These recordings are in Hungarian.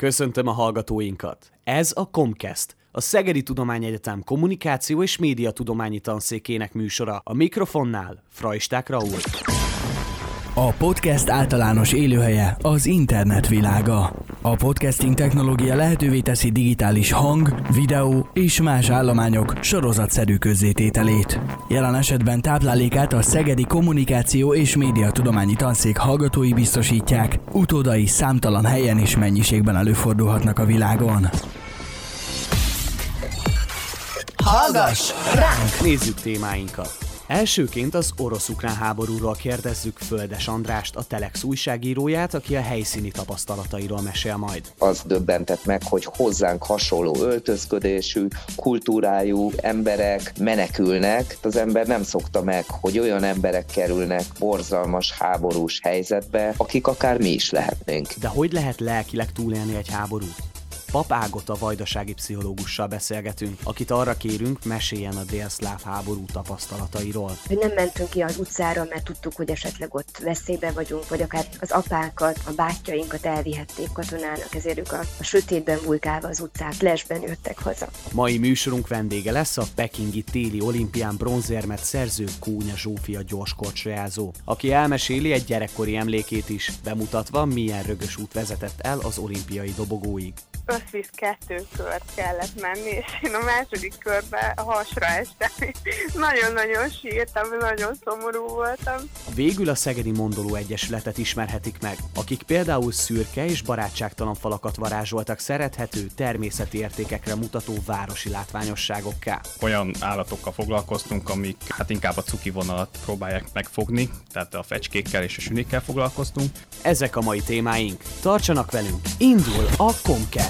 Köszöntöm a hallgatóinkat! Ez a Comcast, a Szegedi Tudományegyetem Kommunikáció és Médiatudományi Tanszékének műsora. A mikrofonnál Frajsták Raúl. A podcast általános élőhelye az internet világa. A podcasting technológia lehetővé teszi digitális hang, videó és más állományok sorozatszerű közzétételét. Jelen esetben táplálékát a Szegedi Kommunikáció és Médiatudományi Tanszék hallgatói biztosítják, utódai számtalan helyen és mennyiségben előfordulhatnak a világon. Hallgass ránk! Nézzük témáinkat. Elsőként az orosz-ukrán háborúról kérdezzük Földes Andrást, a Telex újságíróját, aki a helyszíni tapasztalatairól mesél majd. Az döbbentett meg, hogy hozzánk hasonló öltözködésű, kultúrájú emberek menekülnek. Az ember nem szokta meg, hogy olyan emberek kerülnek borzalmas háborús helyzetbe, akik akár mi is lehetnénk. De hogy lehet lelkileg túlélni egy háborút? Pap Ágota vajdasági pszichológussal beszélgetünk, akit arra kérünk, meséljen a délszláv háború tapasztalatairól. Hogy nem mentünk ki az utcára, mert tudtuk, hogy esetleg ott veszélybe vagyunk, vagy akár az apákat, a bátyjainkat elvihették katonának, ezért ők a sötétben bulkálva az utcák, lesben jöttek haza. Mai műsorunk vendége lesz a pekingi téli olimpián bronzérmet szerző Kónya Zsófia gyorskorcsolyázó, aki elmeséli egy gyerekkori emlékét is, bemutatva, milyen rögös út vezetett el az olimpiai dobogóig. Összvisz 2 kört kellett menni, és én a második körbe hasra estem. Nagyon-nagyon sírtam, nagyon szomorú voltam. Végül a Szegedi Mondoló Egyesületet ismerhetik meg, akik például szürke és barátságtalan falakat varázsoltak szerethető, természeti értékekre mutató városi látványosságokká. Olyan állatokkal foglalkoztunk, amik inkább a cuki vonalat próbálják megfogni, tehát a fecskékkel és a sünikkel foglalkoztunk. Ezek a mai témáink. Tartsanak velünk! Indul a Comcast!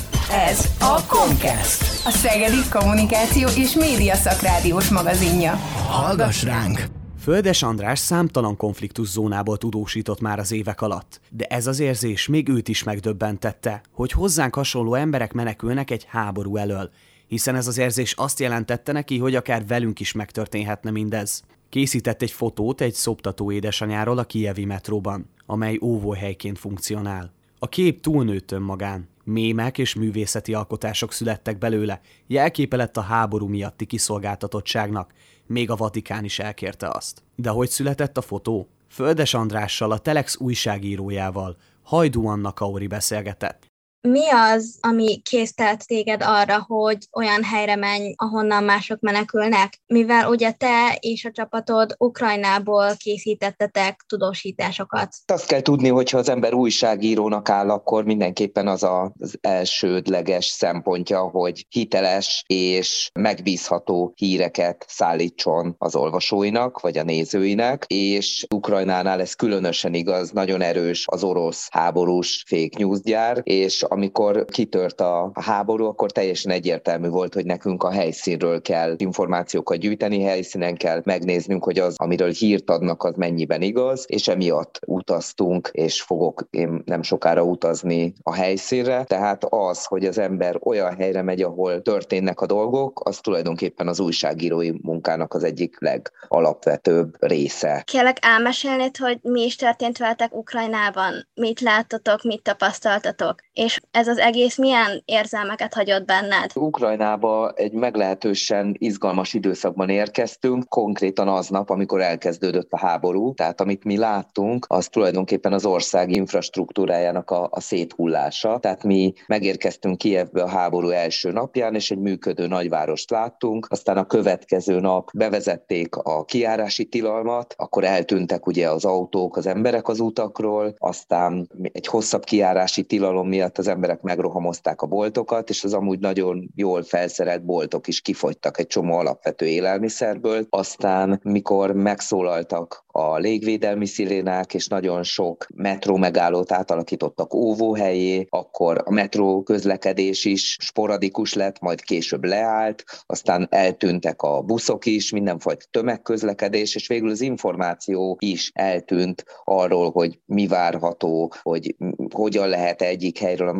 Ez a Comcast, a Szegedi Kommunikáció és Média Szakrádiós magazinja. Hallgass ránk! Földes András számtalan konfliktuszónából tudósított már az évek alatt, de ez az érzés még őt is megdöbbentette, hogy hozzánk hasonló emberek menekülnek egy háború elől, hiszen ez az érzés azt jelentette neki, hogy akár velünk is megtörténhetne mindez. Készített egy fotót egy szoptató édesanyáról a kijevi metróban, amely óvóhelyként funkcionál. A kép túlnőtt önmagán. Mémek és művészeti alkotások születtek belőle, jelképe lett a háború miatti kiszolgáltatottságnak, még a Vatikán is elkérte azt. De hogy született a fotó? Földes Andrással, a Telex újságírójával, Hajdú Anna Kaori beszélgetett. Mi az, ami késztelt téged arra, hogy olyan helyre menj, ahonnan mások menekülnek? Mivel ugye te és a csapatod Ukrajnából készítettetek tudósításokat. Azt kell tudni, hogyha az ember újságírónak áll, akkor mindenképpen az az elsődleges szempontja, hogy hiteles és megbízható híreket szállítson az olvasóinak, vagy a nézőinek, és Ukrajnánál ez különösen igaz, nagyon erős az orosz háborús fake news gyár, és amikor kitört a háború, akkor teljesen egyértelmű volt, hogy nekünk a helyszínről kell információkat gyűjteni, helyszínen kell megnéznünk, hogy az, amiről hírt adnak, az mennyiben igaz, és emiatt utaztunk, és fogok én nem sokára utazni a helyszínre. Tehát az, hogy az ember olyan helyre megy, ahol történnek a dolgok, az tulajdonképpen az újságírói munkának az egyik legalapvetőbb része. Kérlek elmesélnéd, hogy mi is történt veletek Ukrajnában? Mit láttatok, mit tapasztaltatok? És ez az egész milyen érzelmeket hagyott benned? Ukrajnába egy meglehetősen izgalmas időszakban érkeztünk, konkrétan aznap, amikor elkezdődött a háború. Tehát amit mi láttunk, az tulajdonképpen az ország infrastruktúrájának a széthullása. Tehát mi megérkeztünk Kijevbe a háború első napján, és egy működő nagyvárost láttunk. Aztán a következő nap bevezették a kijárási tilalmat, akkor eltűntek ugye az autók, az emberek az utakról, aztán egy hosszabb kijárási tilalom miatt az emberek megrohamozták a boltokat, és az amúgy nagyon jól felszerelt boltok is kifogytak egy csomó alapvető élelmiszerből. Aztán, mikor megszólaltak a légvédelmi szirénák, és nagyon sok metró megállót átalakítottak óvóhelyé, akkor a metró közlekedés is sporadikus lett, majd később leállt, aztán eltűntek a buszok is, mindenfajta tömegközlekedés, és végül az információ is eltűnt arról, hogy mi várható, hogy hogyan lehet egyik helyről a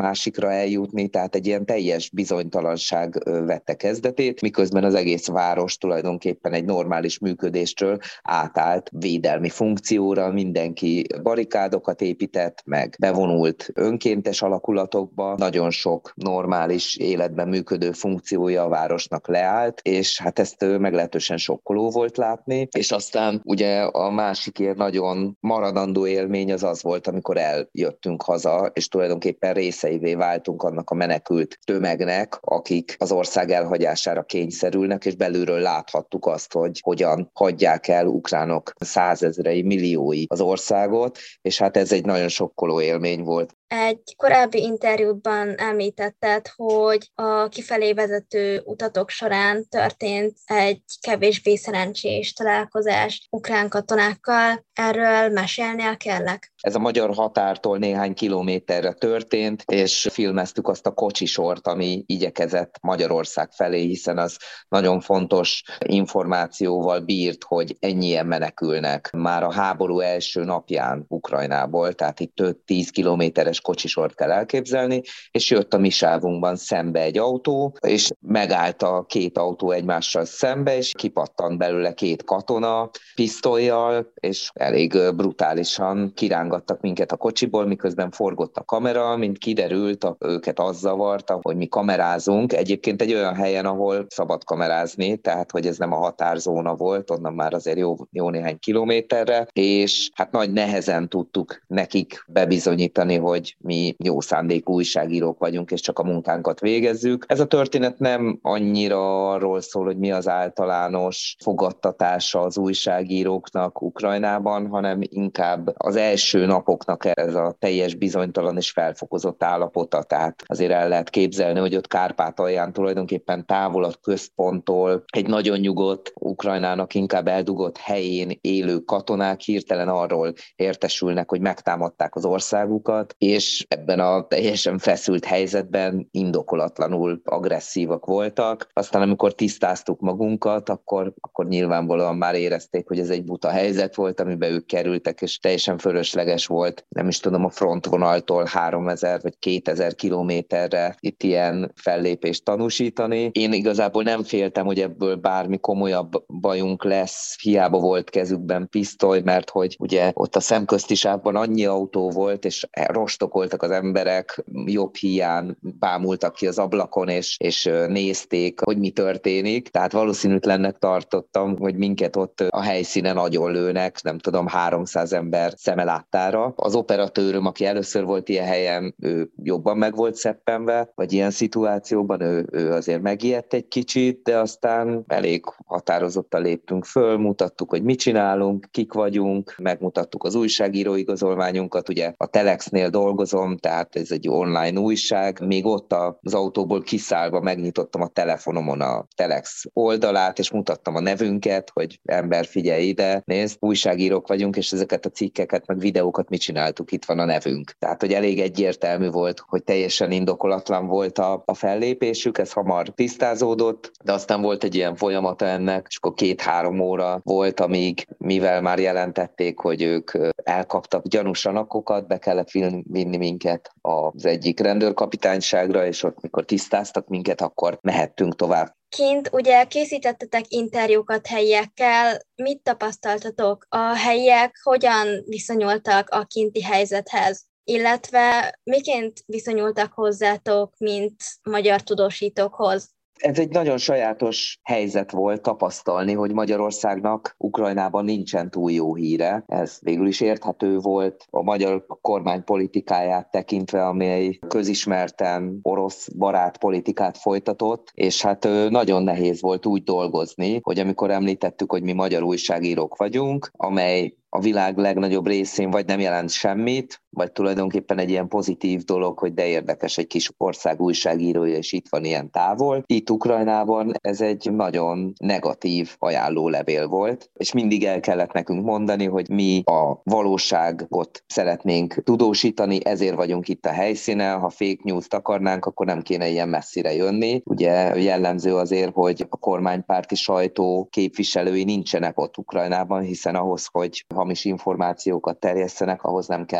másikra eljutni, tehát egy ilyen teljes bizonytalanság vette kezdetét, miközben az egész város tulajdonképpen egy normális működéstől átállt védelmi funkcióra, mindenki barikádokat épített, meg bevonult önkéntes alakulatokba, nagyon sok normális életben működő funkciója a városnak leállt, és hát ezt meglehetősen sokkoló volt látni, és aztán ugye a másik ilyen nagyon maradandó élmény az volt, amikor eljöttünk haza, és tulajdonképpen részeivé váltunk annak a menekült tömegnek, akik az ország elhagyására kényszerülnek, és belülről láthattuk azt, hogy hogyan hagyják el ukránok százezrei, milliói az országot, és hát ez egy nagyon sokkoló élmény volt. Egy korábbi interjúban említetted, hogy a kifelé vezető utatok során történt egy kevésbé szerencsés találkozás ukrán katonákkal. Erről mesélnél kellek? Ez a magyar határtól néhány kilométerre történt, és filmeztük azt a kocsisort, ami igyekezett Magyarország felé, hiszen az nagyon fontos információval bírt, hogy ennyien menekülnek már a háború első napján Ukrajnából, tehát itt 5-10 kilométeres kocsisort kell elképzelni, és jött a mi sávunkban szembe egy autó, és megállt a két autó egymással szembe, és kipattant belőle két katona pisztollyal, és elég brutálisan kirángattak minket a kocsiból, miközben forgott a kamera, mint kiderült, őket az zavarta, hogy mi kamerázunk. Egyébként egy olyan helyen, ahol szabad kamerázni, tehát hogy ez nem a határzóna volt, onnan már azért jó néhány kilométerre, és hát nagy nehezen tudtuk nekik bebizonyítani, hogy mi jó szándékú újságírók vagyunk, és csak a munkánkat végezzük. Ez a történet nem annyira arról szól, hogy mi az általános fogadtatása az újságíróknak Ukrajnában, hanem inkább az első napoknak ez a teljes bizonytalan és felfokozott állapota. Tehát azért el lehet képzelni, hogy ott Kárpátalján tulajdonképpen távol a központtól egy nagyon nyugodt, Ukrajnának inkább eldugott helyén élő katonák hirtelen arról értesülnek, hogy megtámadták az országukat, és ebben a teljesen feszült helyzetben indokolatlanul agresszívak voltak. Aztán amikor tisztáztuk magunkat, akkor nyilvánvalóan már érezték, hogy ez egy buta helyzet volt, amiben ők kerültek, és teljesen fölösleges volt, nem is tudom, a frontvonaltól 3000 vagy 2000 kilométerre itt ilyen fellépést tanúsítani. Én igazából nem féltem, hogy ebből bármi komolyabb bajunk lesz, hiába volt kezükben pisztoly, mert hogy ugye ott a szemközti sávban annyi autó volt, és rostokoltak az emberek, jobb híján bámultak ki az ablakon, és nézték, hogy mi történik. Tehát valószínűtlennek tartottam, hogy minket ott a helyszínen agyonlőnek, nem tudom, 300 ember szeme láttára. Az operatőröm, aki először volt ilyen helyen, ő jobban meg volt szeppenve, vagy ilyen szituációban ő azért megijedt egy kicsit, de aztán elég határozottan léptünk föl, mutattuk, hogy mit csinálunk, kik vagyunk, megmutattuk az újságíró igazolványunkat, ugye a Telexnél dolgozom, tehát ez egy online újság, még ott az autóból kiszállva megnyitottam a telefonomon a Telex oldalát, és mutattam a nevünket, hogy ember, figyelj ide, nézd, újságírók vagyunk, és ezeket a cikkeket, meg videókat mi csináltuk, itt van a nevünk. Tehát, hogy elég egyértelmű volt, hogy teljesen indokolatlan volt a fellépésük, ez hamar tisztázódott, de aztán volt egy ilyen folyamata ennek, és akkor 2-3 óra volt, amíg, mivel már jelentették, hogy ők elkaptak gyanús ranakokat, be kellett vinni minket az egyik rendőrkapitányságra, és ott, mikor tisztáztak minket, akkor mehettünk tovább. Kint ugye készítettetek interjúkat helyiekkel, mit tapasztaltatok? A helyiek hogyan viszonyultak a kinti helyzethez? Illetve miként viszonyultak hozzátok, mint magyar tudósítókhoz? Ez egy nagyon sajátos helyzet volt tapasztalni, hogy Magyarországnak Ukrajnában nincsen túl jó híre. Ez végül is érthető volt a magyar kormány politikáját tekintve, amely közismerten orosz barát politikát folytatott, és hát nagyon nehéz volt úgy dolgozni, hogy amikor említettük, hogy mi magyar újságírók vagyunk, amely a világ legnagyobb részén vagy nem jelent semmit, vagy tulajdonképpen egy ilyen pozitív dolog, hogy de érdekes, egy kis ország újságírója, és itt van ilyen távol. Itt Ukrajnában ez egy nagyon negatív ajánlólevél volt, és mindig el kellett nekünk mondani, hogy mi a valóságot szeretnénk tudósítani, ezért vagyunk itt a helyszínen, ha fake news-t akarnánk, akkor nem kéne ilyen messzire jönni. Ugye jellemző azért, hogy a kormánypárti sajtó képviselői nincsenek ott Ukrajnában, hiszen ahhoz, hogy hamis információkat terjesszenek, ahhoz nem kell elmenni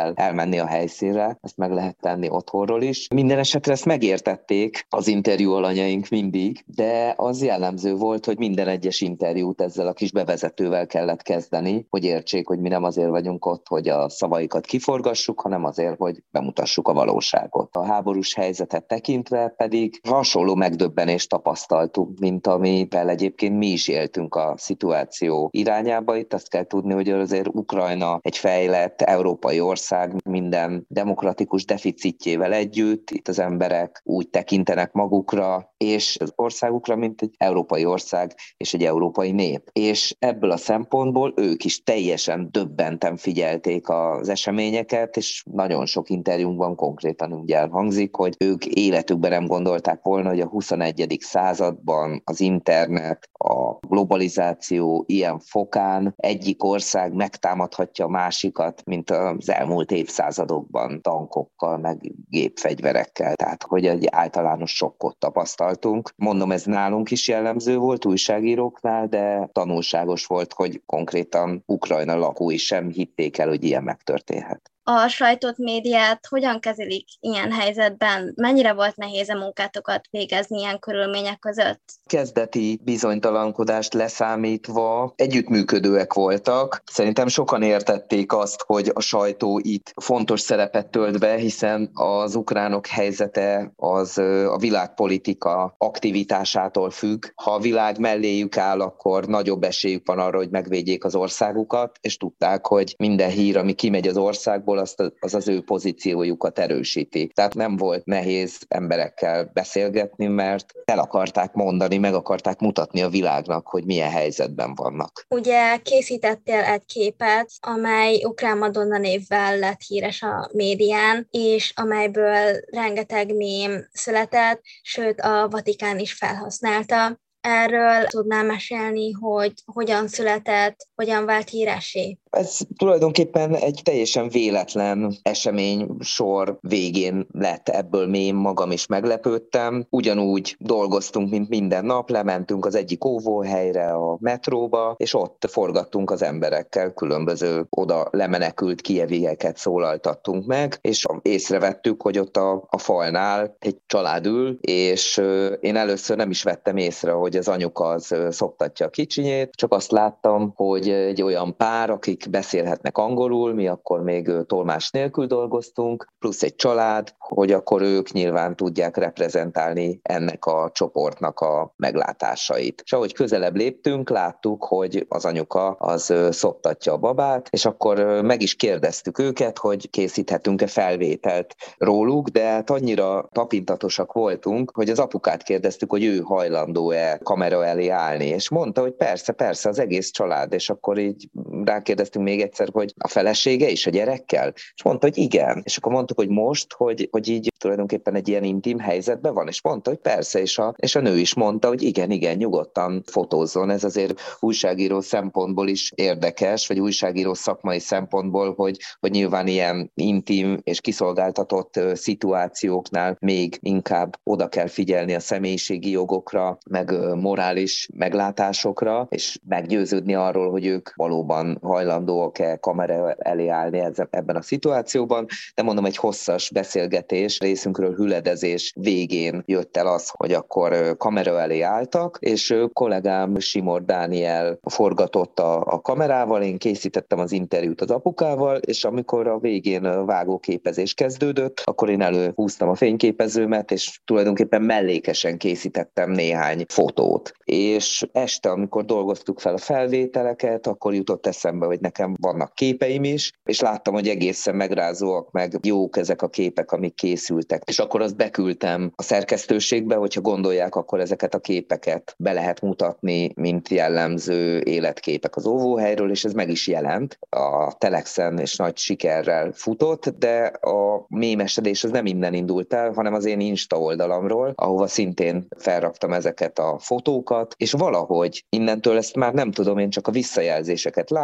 menni a helyszínre, ezt meg lehet tenni otthonról is. Minden esetre ezt megértették az interjú alanyaink mindig, de az jellemző volt, hogy minden egyes interjút ezzel a kis bevezetővel kellett kezdeni, hogy értsék, hogy mi nem azért vagyunk ott, hogy a szavaikat kiforgassuk, hanem azért, hogy bemutassuk a valóságot. A háborús helyzetet tekintve pedig hasonló megdöbbenést tapasztaltunk, mint amivel egyébként mi is éltünk a szituáció irányába. Itt azt kell tudni, hogy azért Ukrajna egy fejlett európai ország minden demokratikus deficitjével együtt. Itt az emberek úgy tekintenek magukra és az országukra, mint egy európai ország és egy európai nép. És ebből a szempontból ők is teljesen döbbenten figyelték az eseményeket, és nagyon sok interjúnkban konkrétan úgy elhangzik, hogy ők életükben nem gondolták volna, hogy a 21. században az internet, a globalizáció ilyen fokán egyik ország megtámadhatja a másikat, mint az elmúlt évszázadokban tankokkal, meg gépfegyverekkel. Tehát, hogy egy általános sokkot tapasztaltunk. Mondom, ez nálunk is jellemző volt, újságíróknál, de tanulságos volt, hogy konkrétan Ukrajna lakói sem hitték el, hogy ilyen megtörténhet. A sajtót, médiát hogyan kezelik ilyen helyzetben? Mennyire volt nehéz a munkátokat végezni ilyen körülmények között? Kezdeti bizonytalankodást leszámítva együttműködőek voltak. Szerintem sokan értették azt, hogy a sajtó itt fontos szerepet tölt be, hiszen az ukránok helyzete az a világpolitika aktivitásától függ. Ha a világ melléjük áll, akkor nagyobb esélyük van arra, hogy megvédjék az országukat, és tudták, hogy minden hír, ami kimegy az országból, az ő pozíciójukat erősíti. Tehát nem volt nehéz emberekkel beszélgetni, mert el akarták mondani, meg akarták mutatni a világnak, hogy milyen helyzetben vannak. Ugye készítettél egy képet, amely ukrán Madonna névvel lett híres a médián, és amelyből rengeteg mém született, sőt a Vatikán is felhasználta. Erről tudnál mesélni, hogy hogyan született, hogyan vált híressé? Ez tulajdonképpen egy teljesen véletlen esemény sor végén lett ebből mém, magam is meglepődtem. Ugyanúgy dolgoztunk, mint minden nap, lementünk az egyik óvóhelyre, a metróba, és ott forgattunk az emberekkel, különböző oda lemenekült kijevieket szólaltattunk meg, és észrevettük, hogy ott a falnál egy család ül, és én először nem is vettem észre, hogy az anyuka az szoptatja a kicsinyét, csak azt láttam, hogy egy olyan pár, akik beszélhetnek angolul, mi akkor még tolmács nélkül dolgoztunk, plusz egy család, hogy akkor ők nyilván tudják reprezentálni ennek a csoportnak a meglátásait. És ahogy közelebb léptünk, láttuk, hogy az anyuka az szoptatja a babát, és akkor meg is kérdeztük őket, hogy készíthetünk-e felvételt róluk, de hát annyira tapintatosak voltunk, hogy az apukát kérdeztük, hogy ő hajlandó-e kamera elé állni, és mondta, hogy persze, az egész család, és akkor így rákérdeztünk még egyszer, hogy a felesége is a gyerekkel, és mondta, hogy igen, és akkor mondtuk, hogy most, hogy így tulajdonképpen egy ilyen intim helyzetben van, és mondta, hogy persze, és a nő is mondta, hogy igen, nyugodtan fotózzon, ez azért újságíró szempontból is érdekes, vagy újságíró szakmai szempontból, hogy nyilván ilyen intim és kiszolgáltatott szituációknál még inkább oda kell figyelni a személyiségi jogokra, meg morális meglátásokra, és meggyőződni arról, hogy ők valóban hajlandóak-e kamera elé állni ebben a szituációban, de mondom, egy hosszas beszélgetés, részünkről hüledezés végén jött el az, hogy akkor kamera elé álltak, és kollégám Simor Dániel forgatott a kamerával, én készítettem az interjút az apukával, és amikor a végén vágóképezés kezdődött, akkor én előhúztam a fényképezőmet, és tulajdonképpen mellékesen készítettem néhány fotót. És este, amikor dolgoztuk fel a felvételeket, akkor jutott eszembe, hogy nekem vannak képeim is, és láttam, hogy egészen megrázóak, meg jók ezek a képek, amik készültek. És akkor azt beküldtem a szerkesztőségbe, hogyha gondolják, akkor ezeket a képeket be lehet mutatni, mint jellemző életképek az óvóhelyről, és ez meg is jelent. A Telexen és nagy sikerrel futott, de a mémesedés az nem innen indult el, hanem az én Insta oldalamról, ahova szintén felraktam ezeket a fotókat, és valahogy innentől ezt már nem tudom, én csak a visszajelzéseket láttam,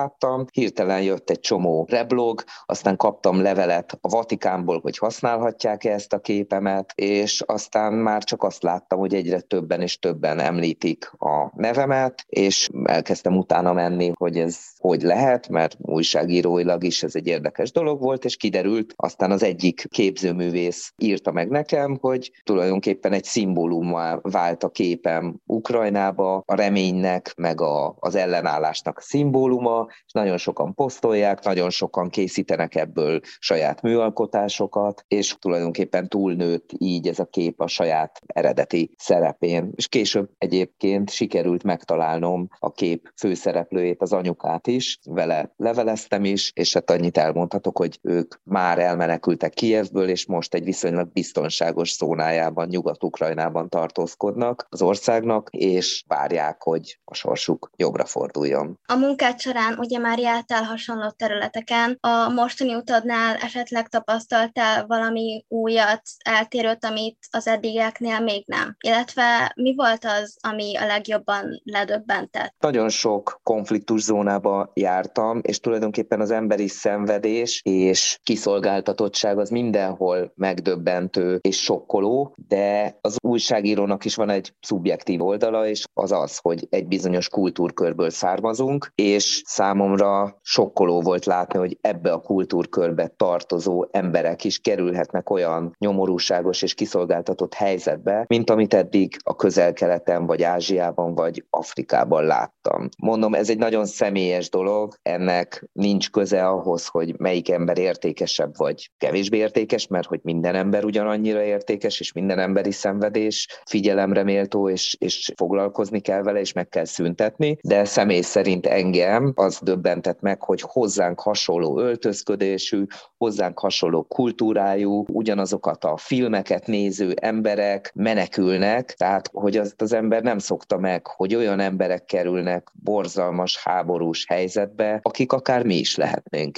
hirtelen jött egy csomó reblog, aztán kaptam levelet a Vatikánból, hogy használhatják-e ezt a képemet, és aztán már csak azt láttam, hogy egyre többen és többen említik a nevemet, és elkezdtem utána menni, hogy ez hogy lehet, mert újságíróilag is ez egy érdekes dolog volt, és kiderült, aztán az egyik képzőművész írta meg nekem, hogy tulajdonképpen egy szimbólummá vált a képem Ukrajnába, a reménynek, meg az ellenállásnak a szimbóluma, és nagyon sokan posztolják, nagyon sokan készítenek ebből saját műalkotásokat, és tulajdonképpen túlnőtt így ez a kép a saját eredeti szerepén. És később egyébként sikerült megtalálnom a kép főszereplőjét, az anyukát is, vele leveleztem is, és hát annyit elmondhatok, hogy ők már elmenekültek Kijevből, és most egy viszonylag biztonságos zónájában, Nyugat-Ukrajnában tartózkodnak az országnak, és várják, hogy a sorsuk jobbra forduljon. A munkád során ugye már jártál hasonló területeken. A mostani utadnál esetleg tapasztaltál valami újat, eltérőt, amit az eddigieknél még nem? Illetve mi volt az, ami a legjobban ledöbbentett? Nagyon sok konfliktuszónába jártam, és tulajdonképpen az emberi szenvedés és kiszolgáltatottság az mindenhol megdöbbentő és sokkoló, de az újságírónak is van egy szubjektív oldala, és az, hogy egy bizonyos kultúrkörből származunk, és számomra sokkoló volt látni, hogy ebbe a kultúrkörbe tartozó emberek is kerülhetnek olyan nyomorúságos és kiszolgáltatott helyzetbe, mint amit eddig a Közel-Keleten, vagy Ázsiában, vagy Afrikában láttam. Mondom, ez egy nagyon személyes dolog, ennek nincs köze ahhoz, hogy melyik ember értékesebb, vagy kevésbé értékes, mert hogy minden ember ugyanannyira értékes, és minden emberi szenvedés figyelemre méltó, és foglalkozni kell vele, és meg kell szüntetni, de személy szerint engem az döbbentett meg, hogy hozzánk hasonló öltözködésű, hozzánk hasonló kultúrájú, ugyanazokat a filmeket néző emberek menekülnek, tehát hogy azt az ember nem szokta meg, hogy olyan emberek kerülnek borzalmas háborús helyzetbe, akik akár mi is lehetnénk.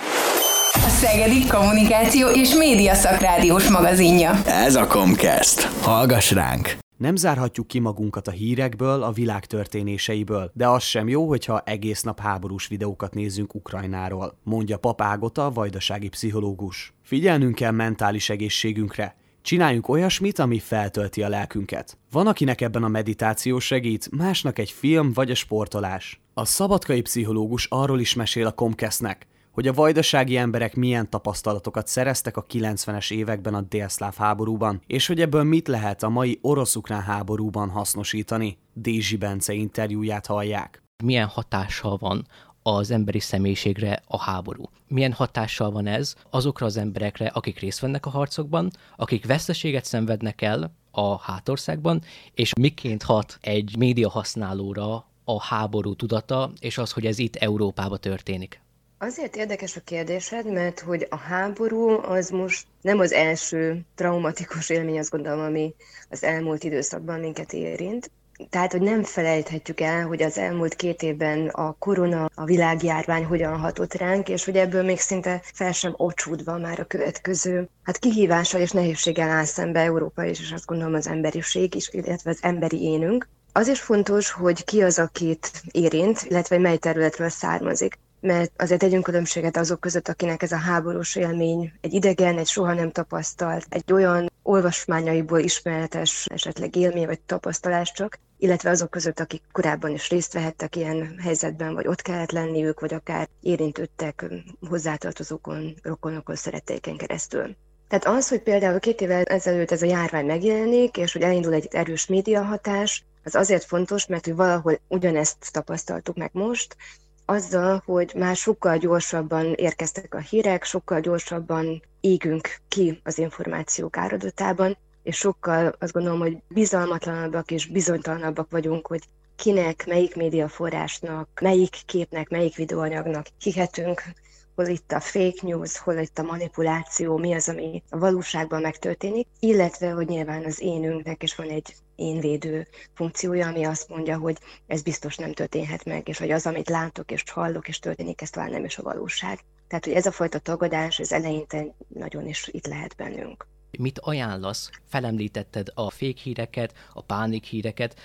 A Szegedi Kommunikáció és Média Szakrádiós magazinja. Ez a Comcast. Hallgass ránk! Nem zárhatjuk ki magunkat a hírekből, a világ történéseiből, de az sem jó, hogyha egész nap háborús videókat nézzünk Ukrajnáról, mondja Pap Ágota, vajdasági pszichológus. Figyelnünk kell mentális egészségünkre. Csináljunk olyasmit, ami feltölti a lelkünket. Van, akinek ebben a meditáció segít, másnak egy film vagy a sportolás. A szabadkai pszichológus arról is mesél a Comcastnek, hogy a vajdasági emberek milyen tapasztalatokat szereztek a 90-es években a délszláv háborúban, és hogy ebből mit lehet a mai orosz-ukrán háborúban hasznosítani. Dézsi Bence interjúját hallják. Milyen hatással van az emberi személyiségre a háború? Milyen hatással van ez azokra az emberekre, akik részt vennek a harcokban, akik veszteséget szenvednek el a hátországban, és miként hat egy média használóra a háború tudata, és az, hogy ez itt Európában történik? Azért érdekes a kérdésed, mert hogy a háború az most nem az első traumatikus élmény, azt gondolom, ami az elmúlt időszakban minket érint. Tehát, hogy nem felejthetjük el, hogy az elmúlt 2 évben a korona, a világjárvány hogyan hatott ránk, és hogy ebből még szinte fel sem ocsúdva már a következő kihívással és nehézséggel áll szembe Európa is, és azt gondolom az emberiség is, illetve az emberi énünk. Az is fontos, hogy ki az, akit érint, illetve mely területről származik. Mert azért tegyünk különbséget azok között, akinek ez a háborús élmény egy idegen, egy soha nem tapasztalt, egy olyan olvasmányaiból ismeretes esetleg élmény vagy tapasztalás csak, illetve azok között, akik korábban is részt vehettek ilyen helyzetben, vagy ott kellett lenniük, vagy akár érintődtek hozzátartozókon, rokonokon, szeretteiken keresztül. Tehát az, hogy például 2 évvel ezelőtt ez a járvány megjelenik, és hogy elindul egy erős médiahatás, az azért fontos, mert hogy valahol ugyanezt tapasztaltuk meg most, azzal, hogy már sokkal gyorsabban érkeztek a hírek, sokkal gyorsabban égünk ki az információk áradatában, és sokkal azt gondolom, hogy bizalmatlanabbak és bizonytalanabbak vagyunk, hogy kinek, melyik médiaforrásnak, melyik képnek, melyik videóanyagnak hihetünk, hol itt a fake news, hol itt a manipuláció, mi az, ami a valóságban megtörténik, illetve, hogy nyilván az énünknek is van egy énvédő funkciója, ami azt mondja, hogy ez biztos nem történhet meg, és hogy az, amit látok és hallok és történik, ez talán nem is a valóság. Tehát, hogy ez a fajta tagadás, ez eleinte nagyon is itt lehet bennünk. Mit ajánlasz? Felemlítetted a fake híreket, a pánik híreket.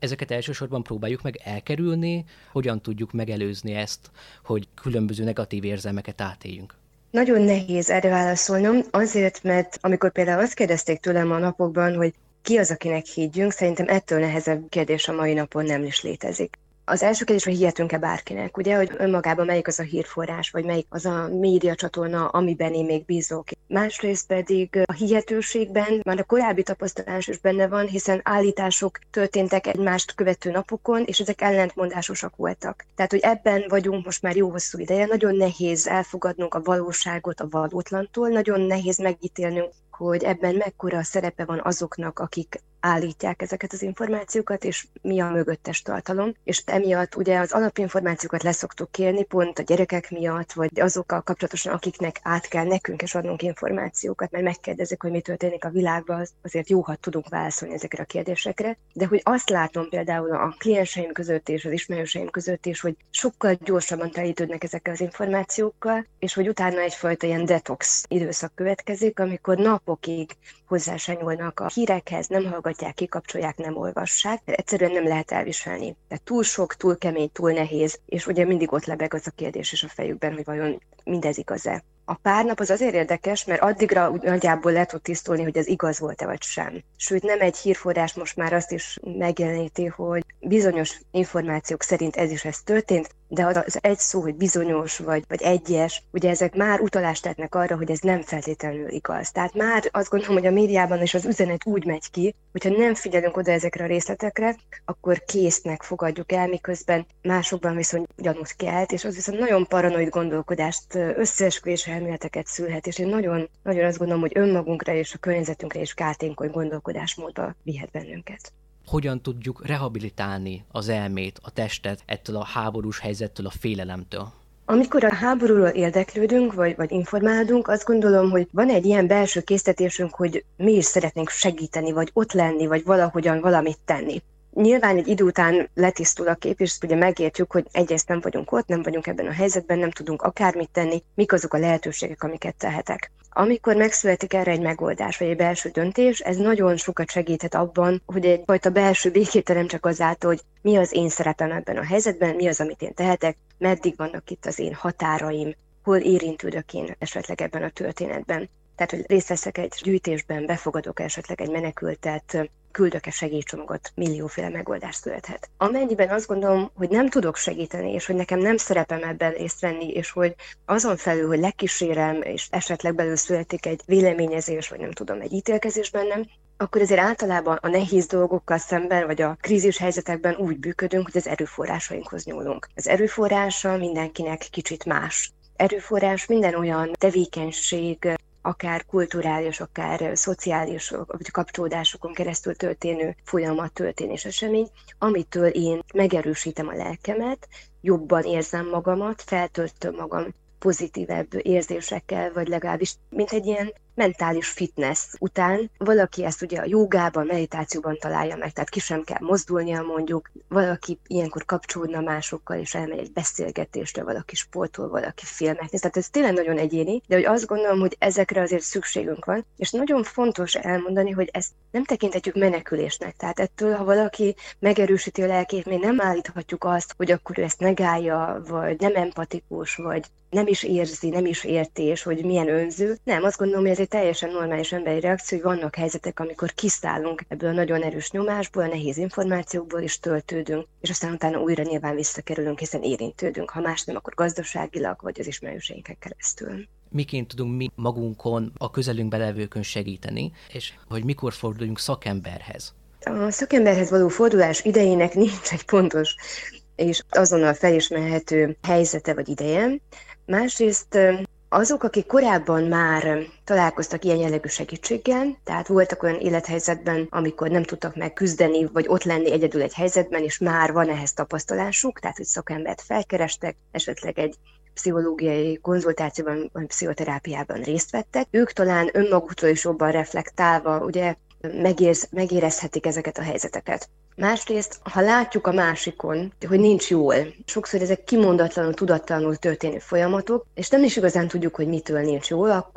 Ezeket elsősorban próbáljuk meg elkerülni, hogyan tudjuk megelőzni ezt, hogy különböző negatív érzelmeket átéljünk. Nagyon nehéz erre válaszolnom, azért, mert amikor például azt kérdezték tőlem a napokban, hogy ki az, akinek higgyünk, szerintem ettől nehezebb kérdés a mai napon nem is létezik. Az első kérdés, hogy hihetünk-e bárkinek, ugye, hogy önmagában melyik az a hírforrás, vagy melyik az a médiacsatorna, amiben én még bízok. Másrészt pedig a hihetőségben már a korábbi tapasztalás is benne van, hiszen állítások történtek egymást követő napokon, és ezek ellentmondásosak voltak. Tehát, hogy ebben vagyunk most már jó hosszú ideje, nagyon nehéz elfogadnunk a valóságot a valótlantól, nagyon nehéz megítélnünk, hogy ebben mekkora szerepe van azoknak, akik állítják ezeket az információkat, és mi a mögöttes tartalom. És emiatt ugye az alapinformációkat leszoktuk kérni, pont a gyerekek miatt, vagy azokkal kapcsolatosan, akiknek át kell nekünk is adnunk információkat, mert megkérdezik, hogy mi történik a világban, azért jó, ha tudunk válaszolni ezekre a kérdésekre. De hogy azt látom például a klienseim között és az ismerőseim között is, hogy sokkal gyorsabban telítődnek ezekkel az információkkal, és hogy utána egyfajta ilyen detox időszak következik, amikor napokig hozzá se nyúlnak a hírekhez, nem hallgatják, kikapcsolják, nem olvassák. Egyszerűen nem lehet elviselni. Tehát túl sok, túl kemény, túl nehéz, és ugye mindig ott lebeg az a kérdés is a fejükben, hogy vajon mindez igaz-e. A pár nap az azért érdekes, mert addigra nagyjából le tud tisztulni, hogy ez igaz volt-e vagy sem. Sőt, nem egy hírforrás most már azt is megjeleníti, hogy bizonyos információk szerint ez történt, de az egy szó, hogy bizonyos vagy egyes, ugye ezek már utalást tettnek arra, hogy ez nem feltétlenül igaz. Tehát már azt gondolom, hogy a médiában is az üzenet úgy megy ki, hogyha nem figyelünk oda ezekre a részletekre, akkor késznek fogadjuk el, miközben másokban viszont gyanút kelt, és az viszont nagyon paranoid gondolkodást, összeesküvés elméleteket szülhet, és én nagyon azt gondolom, hogy önmagunkra és a környezetünkre is kártékony gondolkodásmódba vihet bennünket. Hogyan tudjuk rehabilitálni az elmét, a testet ettől a háborús helyzettől, a félelemtől? Amikor a háborúról érdeklődünk, vagy informálódunk, azt gondolom, hogy van egy ilyen belső késztetésünk, hogy mi is szeretnénk segíteni, vagy ott lenni, vagy valahogyan valamit tenni. Nyilván egy idő után letisztul a kép, és ugye megértjük, hogy egyrészt nem vagyunk ott, nem vagyunk ebben a helyzetben, nem tudunk akármit tenni, mik azok a lehetőségek, amiket tehetek. Amikor megszületik erre egy megoldás, vagy egy belső döntés, ez nagyon sokat segíthet abban, hogy egyfajta belső békét teremtsek azáltal, hogy mi az én szerepem ebben a helyzetben, mi az, amit én tehetek, meddig vannak itt az én határaim, hol érintődök én esetleg ebben a történetben. Tehát, hogy részt veszek egy gyűjtésben, befogadok esetleg egy menekültet, küldök-e segélycsomagot, millióféle megoldás születhet. Amennyiben azt gondolom, hogy nem tudok segíteni, és hogy nekem nem szerepem ebben részt venni, és hogy azon felül, hogy lekísérem, és esetleg belül születik egy véleményezés, vagy nem tudom, egy ítélkezés bennem, akkor ezért általában a nehéz dolgokkal szemben, vagy a krízis helyzetekben úgy működünk, hogy az erőforrásainkhoz nyúlunk. Az erőforrása mindenkinek kicsit más. Erőforrás minden olyan tevékenység, akár kulturális, akár szociális vagy kapcsolódásokon keresztül történő folyamat, történés, esemény, amitől én megerősítem a lelkemet, jobban érzem magamat, feltöltöm magam pozitívebb érzésekkel, vagy legalábbis mint egy ilyen mentális fitness után. Valaki ezt ugye a jogában, meditációban találja meg, tehát ki sem kell mozdulnia mondjuk, valaki ilyenkor kapcsolódna másokkal, és elmegy egy beszélgetésre, valaki sportol, valaki filmet néz. Tehát ez tényleg nagyon egyéni, de hogy azt gondolom, hogy ezekre azért szükségünk van, és nagyon fontos elmondani, hogy ezt nem tekinthetjük menekülésnek. Tehát ettől, ha valaki megerősíti a lelkét, még nem állíthatjuk azt, hogy akkor ő ezt negálja, vagy nem empatikus, vagy nem is érzi, nem is érti, és hogy milyen önző. Nem, azt gondolom, hogy ez egy teljesen normális emberi reakció, hogy vannak helyzetek, amikor kiszállunk ebből a nagyon erős nyomásból, nehéz információkból, és töltődünk, és aztán utána újra nyilván visszakerülünk, hiszen érintődünk, ha más nem, akkor gazdaságilag, vagy az ismerőseinken keresztül. Miként tudunk mi magunkon, a közelünkben levőkön segíteni, és hogy mikor forduljunk szakemberhez? A szakemberhez való fordulás idejének nincs egy pontos és azonnal felismerhető helyzete vagy ideje. Másrészt azok, akik korábban már találkoztak ilyen jellegű segítséggel, tehát voltak olyan élethelyzetben, amikor nem tudtak megküzdeni, vagy ott lenni egyedül egy helyzetben, és már van ehhez tapasztalásuk, tehát hogy szakembert felkerestek, esetleg egy pszichológiai konzultációban, vagy pszichoterápiában részt vettek. Ők talán önmaguktól is jobban reflektálva, ugye megérezhetik ezeket a helyzeteket. Másrészt, ha látjuk a másikon, hogy nincs jól, sokszor ezek kimondatlanul, tudattalanul történő folyamatok, és nem is igazán tudjuk, hogy mitől nincs jól, akkor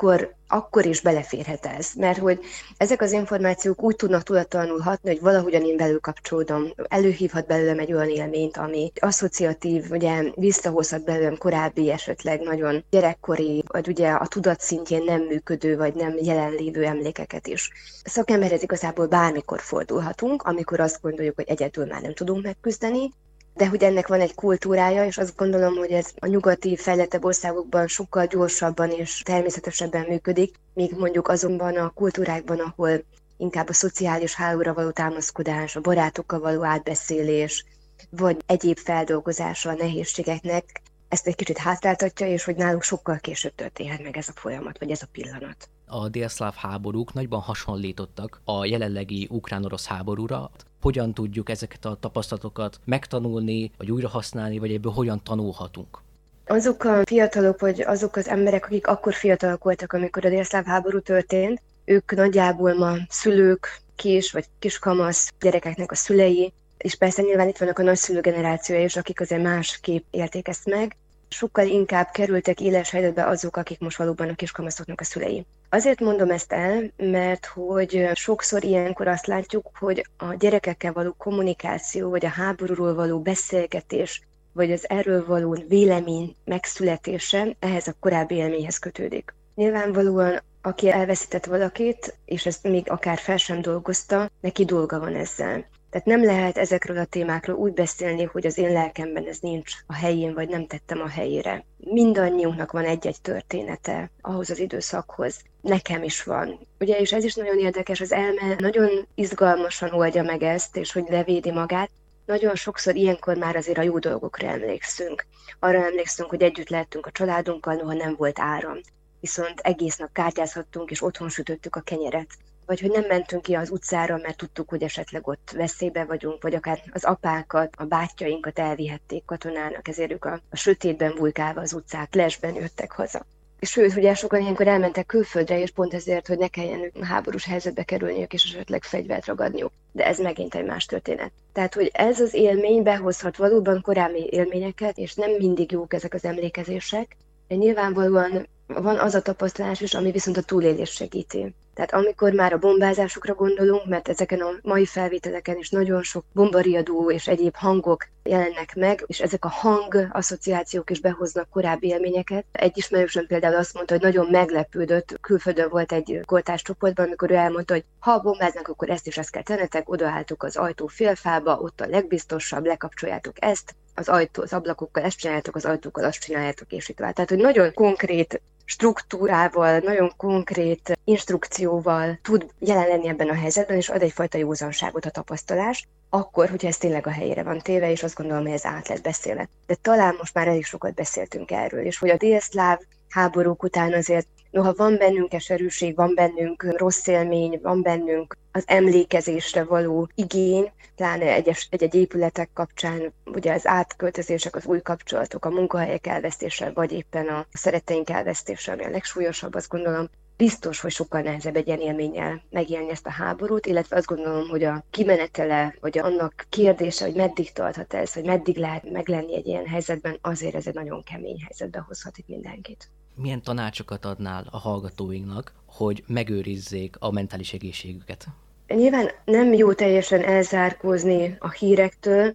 akkor is beleférhet ez, mert hogy ezek az információk úgy tudnak tudattalanul hatni, hogy valahogyan én belül kapcsolódom, előhívhat belőlem egy olyan élményt, ami asszociatív, ugye visszahozhat belőlem korábbi, esetleg nagyon gyerekkori, vagy ugye a tudat szintjén nem működő, vagy nem jelenlévő emlékeket is. A szakemberhez igazából bármikor fordulhatunk, amikor azt gondoljuk, hogy egyedül már nem tudunk megküzdeni, de hogy ennek van egy kultúrája, és azt gondolom, hogy ez a nyugati, fejlettebb országokban sokkal gyorsabban és természetesebben működik, míg mondjuk azonban a kultúrákban, ahol inkább a szociális hálóra való támaszkodás, a barátokkal való átbeszélés, vagy egyéb feldolgozása a nehézségeknek, ezt egy kicsit hátráltatja, és hogy náluk sokkal később történhet meg ez a folyamat, vagy ez a pillanat. A délszláv háborúk nagyban hasonlítottak a jelenlegi ukrán-orosz háborúra. Hogyan tudjuk ezeket a tapasztalatokat megtanulni, vagy újra használni, vagy ebből hogyan tanulhatunk? Azok a fiatalok, vagy azok az emberek, akik akkor fiatalok voltak, amikor a délszláv háború történt, ők nagyjából ma szülők, kis vagy kiskamasz gyerekeknek a szülei, és persze nyilván itt vannak a nagyszülő generációja is, akik azért másképp élték ezt meg. Sokkal inkább kerültek éles helyzetbe azok, akik most valóban a kiskamaszoknak a szülei. Azért mondom ezt el, mert hogy sokszor ilyenkor azt látjuk, hogy a gyerekekkel való kommunikáció, vagy a háborúról való beszélgetés, vagy az erről való vélemény megszületése ehhez a korábbi élményhez kötődik. Nyilvánvalóan, aki elveszített valakit, és ezt még akár fel sem dolgozta, neki dolga van ezzel. Tehát nem lehet ezekről a témákról úgy beszélni, hogy az én lelkemben ez nincs a helyén, vagy nem tettem a helyére. Mindannyiunknak van egy-egy története ahhoz az időszakhoz. Nekem is van. Ugye, és ez is nagyon érdekes, az elme nagyon izgalmasan oldja meg ezt, és hogy levédi magát. Nagyon sokszor ilyenkor már azért a jó dolgokra emlékszünk. Arra emlékszünk, hogy együtt lehettünk a családunkkal, noha nem volt áram. Viszont egész nap kártyázhattunk, és otthon sütöttük a kenyeret. Vagy hogy nem mentünk ki az utcára, mert tudtuk, hogy esetleg ott veszélybe vagyunk, vagy akár az apákat, a bátyjainkat elvihették katonának, ezért ők a sötétben bujkálva az utcák, lesben jöttek haza. És sőt, ugye sokan ilyenkor elmentek külföldre, és pont ezért, hogy ne kelljen háborús helyzetbe kerülniük, és esetleg fegyvert ragadniuk. De ez megint egy más történet. Tehát, hogy ez az élmény behozhat valóban korábbi élményeket, és nem mindig jók ezek az emlékezések, de nyilvánvalóan van az a tapasztalás is, ami viszont a túlélés segíti. Tehát amikor már a bombázásokra gondolunk, mert ezeken a mai felvételeken is nagyon sok bombariadó és egyéb hangok jelennek meg, és ezek a hang-asszociációk is behoznak korábbi élményeket. Egy ismerősöm például azt mondta, hogy nagyon meglepődött, külföldön volt egy kortárs csoportban, amikor ő elmondta, hogy ha bombáznak, akkor ezt és ezt kell tennetek, odaálltuk az ajtó félfába, ott a legbiztosabb, lekapcsoljátok ezt, az ajtó, az ablakokkal ezt csináljátok, az ajtókkal azt csináljátok, és itt tovább. Tehát, hogy nagyon konkrét struktúrával, nagyon konkrét instrukcióval tud jelen lenni ebben a helyzetben, és ad egyfajta józanságot a tapasztalás, akkor, hogyha ez tényleg a helyére van téve, és azt gondolom, hogy ez át lett beszélve. De talán most már elég sokat beszéltünk erről, és hogy a délszláv háborúk után azért, noha van bennünk eserűség, van bennünk rossz élmény, van bennünk az emlékezésre való igény, pláne egy-egy épületek kapcsán, ugye az átköltözések, az új kapcsolatok, a munkahelyek elvesztése, vagy éppen a szeretteink elvesztése, ami a legsúlyosabb, azt gondolom, biztos, hogy sokkal nehezebb egy ilyen élménnyel megélni ezt a háborút, illetve azt gondolom, hogy a kimenetele, vagy annak kérdése, hogy meddig tarthat ez, hogy meddig lehet meglenni egy ilyen helyzetben, azért ez egy nagyon kemény helyzetbe hozhat itt mindenkit. Milyen tanácsokat adnál a hallgatóinknak, hogy megőrizzék a mentális egészségüket? Nyilván nem jó teljesen elzárkózni a hírektől,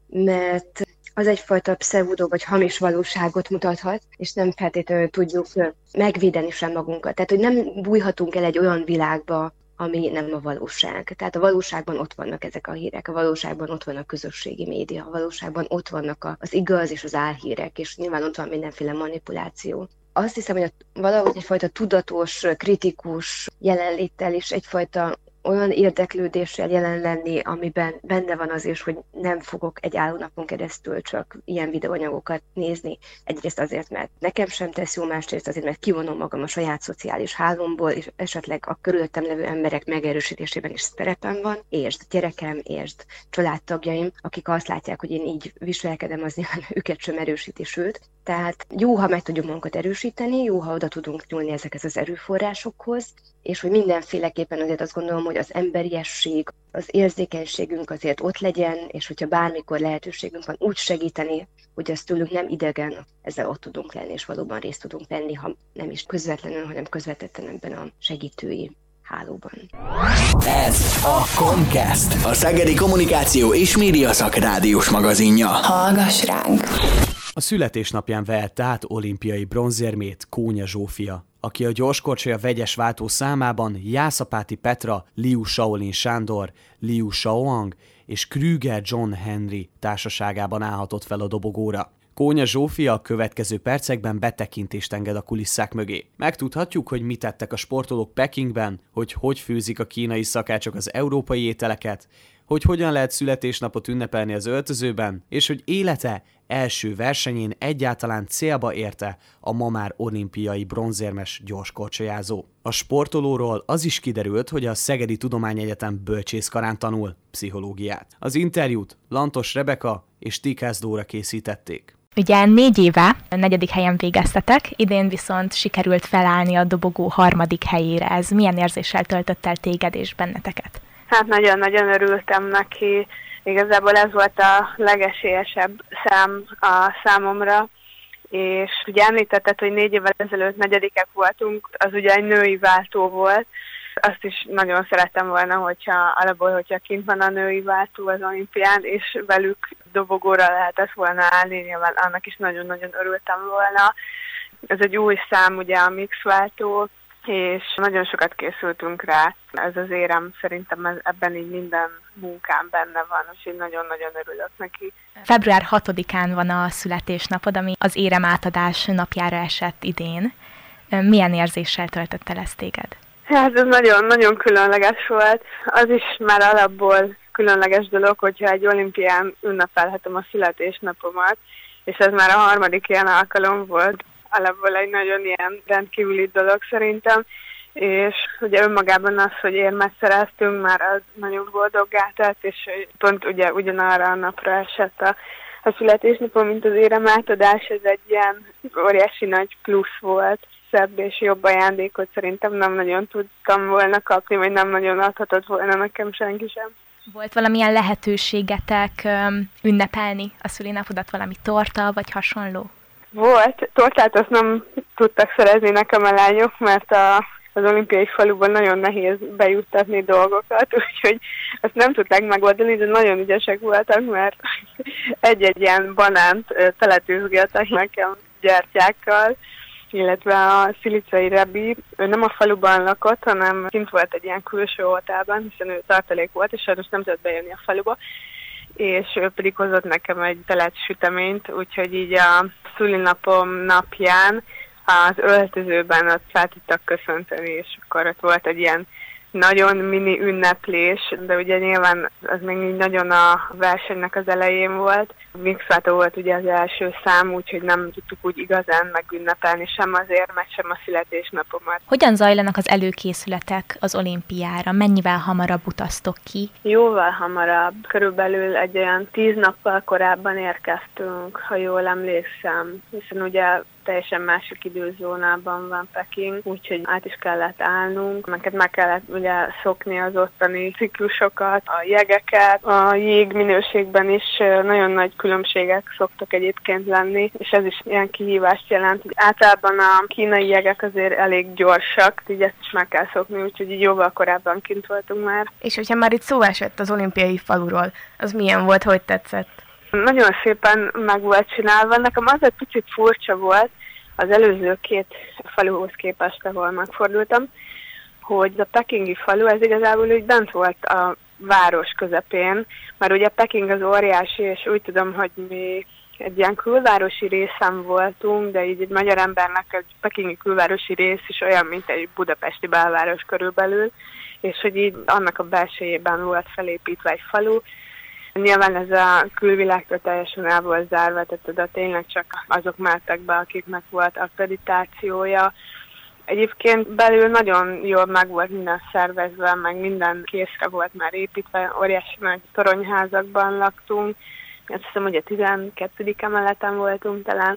mert az egyfajta pseudo vagy hamis valóságot mutathat, és nem feltétlenül tudjuk megvédeni sem magunkat. Tehát, hogy nem bújhatunk el egy olyan világba, ami nem a valóság. Tehát a valóságban ott vannak ezek a hírek, a valóságban ott van a közösségi média, a valóságban ott vannak az igaz és az álhírek, és nyilván ott van mindenféle manipuláció. Azt hiszem, hogy valahogy egyfajta tudatos, kritikus jelenléttel és egyfajta olyan érdeklődéssel jelen lenni, amiben benne van az is, hogy nem fogok egy állónapon keresztül csak ilyen videóanyagokat nézni. Egyrészt azért, mert nekem sem tesz jó, másrészt azért, mert kivonom magam a saját szociális hálómból, és esetleg a körülöttem levő emberek megerősítésében is szerepem van. Értsd gyerekem, értsd családtagjaim, akik azt látják, hogy én így viselkedem, az nyilván őket sem erősíti, sőt. Tehát jó, ha meg tudjuk magunkat erősíteni, jó, ha oda tudunk nyúlni ezekhez az erőforrásokhoz, és hogy mindenféleképpen azért azt gondolom, hogy az emberiesség, az érzékenységünk azért ott legyen, és hogyha bármikor lehetőségünk van úgy segíteni, hogy az tőlünk nem idegen, ezzel ott tudunk lenni, és valóban részt tudunk venni, ha nem is közvetlenül, hanem közvetetten ebben a segítői hálóban. Ez a Comcast, a Szegedi Kommunikáció és Média Szakrádiós magazinja. Hallgass ránk! A születésnapján vehette át olimpiai bronzérmét Kónya Zsófia, aki a gyorskorcsolya vegyes váltó számában Jászapáti Petra, Liu Shaolin Sándor, Liu Shaoang és Krüger John Henry társaságában állhatott fel a dobogóra. Kónya Zsófia a következő percekben betekintést enged a kulisszák mögé. Megtudhatjuk, hogy mit tettek a sportolók Pekingben, hogy főzik a kínai szakácsok az európai ételeket, hogy hogyan lehet születésnapot ünnepelni az öltözőben, és hogy élete első versenyén egyáltalán célba érte a ma már olimpiai bronzérmes gyorskorcsolyázó. A sportolóról az is kiderült, hogy a Szegedi Tudományegyetem bölcsészkarán tanul pszichológiát. Az interjút Lantos Rebeka és Tikász Dóra készítették. Ugye 4 éve a 4. helyen végeztetek, idén viszont sikerült felállni a dobogó 3. helyére. Ez milyen érzéssel töltött el téged és benneteket? Hát nagyon-nagyon örültem neki. Igazából ez volt a legesélyesebb szám a számomra, és ugye említetted, hogy 4 évvel ezelőtt 4. voltunk, az ugye egy női váltó volt. Azt is nagyon szerettem volna, hogyha kint van a női váltó az olimpián, és velük dobogóra lehetett volna állni, nyilván annak is nagyon-nagyon örültem volna. Ez egy új szám, ugye a mix váltó, és nagyon sokat készültünk rá. Ez az érem, szerintem ebben így minden munkám benne van, úgyhogy nagyon-nagyon örülök neki. Február 6-án van a születésnapod, ami az érem átadás napjára esett idén. Milyen érzéssel töltött el ezt téged? Hát ez nagyon-nagyon különleges volt. Az is már alapból különleges dolog, hogyha egy olimpián ünnepelhetem a születésnapomat, és ez már a 3. ilyen alkalom volt. Alapból egy nagyon ilyen rendkívüli dolog szerintem, és ugye önmagában az, hogy érmet szereztünk, már az nagyon boldoggá tett, és pont ugye ugyanarra a napra esett a születésnapom, mint az érem átadás, ez egy ilyen óriási nagy plusz volt. Szebb és jobb ajándékot szerintem nem nagyon tudtam volna kapni, vagy nem nagyon adhatott volna nekem senki sem. Volt valamilyen lehetőségetek ünnepelni a szülinapodat, valami torta, vagy hasonló? Volt. Tortát azt nem tudtak szerezni nekem a lányok, mert az olimpiai faluban nagyon nehéz bejuttatni dolgokat, úgyhogy azt nem tudták megoldani, de nagyon ügyesek voltak, mert egy-egy ilyen banánt teletűzgettek nekem gyertyákkal, illetve a Szilicai Rebi, ő nem a faluban lakott, hanem kint volt egy ilyen külső oltában, hiszen ő tartalék volt, és sajnos nem tudott bejönni a faluba, és ő pedig hozott nekem egy telet süteményt, úgyhogy így a szülinapom napján az öltözőben ott fel tudtak köszönteni, és akkor ott volt egy ilyen nagyon mini ünneplés, de ugye nyilván az még nagyon a versenynek az elején volt. Mixváltó volt ugye az első szám, úgyhogy nem tudtuk úgy igazán megünnepelni sem az érmet, sem a születésnapomat. Hogyan zajlanak az előkészületek az olimpiára? Mennyivel hamarabb utaztok ki? Jóval hamarabb. Körülbelül egy olyan 10 nappal korábban érkeztünk, ha jól emlékszem, hiszen ugye teljesen másik időzónában van Peking, úgyhogy át is kellett állnunk, meg kellett ugye szokni az ottani ciklusokat, a jegeket, a jég minőségben is nagyon nagy különbségek szoktak egyébként lenni, és ez is ilyen kihívást jelent, hogy általában a kínai jegek azért elég gyorsak, így ezt is meg kell szokni, úgyhogy így jóval korábban kint voltunk már. És hogyha már itt szó esett az olimpiai faluról, az milyen volt, hogy tetszett? Nagyon szépen meg volt csinálva. Nekem az egy picit furcsa volt az előző 2 faluhoz képest, ahol megfordultam, hogy a pekingi falu, ez igazából úgy bent volt a város közepén, mert ugye Peking az óriási, és úgy tudom, hogy mi egy ilyen külvárosi részen voltunk, de így egy magyar embernek egy pekingi külvárosi rész is olyan, mint egy budapesti belváros körülbelül, és hogy így annak a belsejében volt felépítve egy falu. Nyilván ez a külvilágtól teljesen el volt zárva, tehát oda tényleg csak azok mehettek be, akiknek volt akkreditációja. Egyébként belül nagyon jól meg volt minden szervezve, meg minden készre volt már építve, óriási nagy toronyházakban laktunk. Azt hiszem, hogy a 12. emeleten voltunk talán.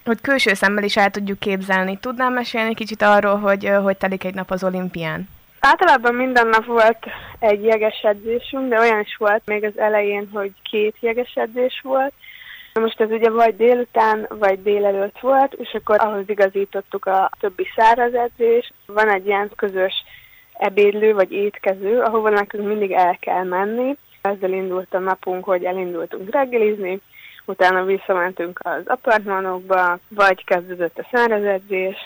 Hogy külső szemmel is el tudjuk képzelni. Tudnám mesélni kicsit arról, hogy telik egy nap az olimpián? Általában minden nap volt egy jeges edzésünk, de olyan is volt még az elején, hogy 2 jeges edzés volt. Most ez ugye vagy délután, vagy délelőtt volt, és akkor ahhoz igazítottuk a többi száraz edzést. Van egy ilyen közös ebédlő vagy étkező, ahova nekünk mindig el kell menni. Ezzel indult a napunk, hogy elindultunk reggelizni, utána visszamentünk az apartmanokba, vagy kezdődött a száraz edzés,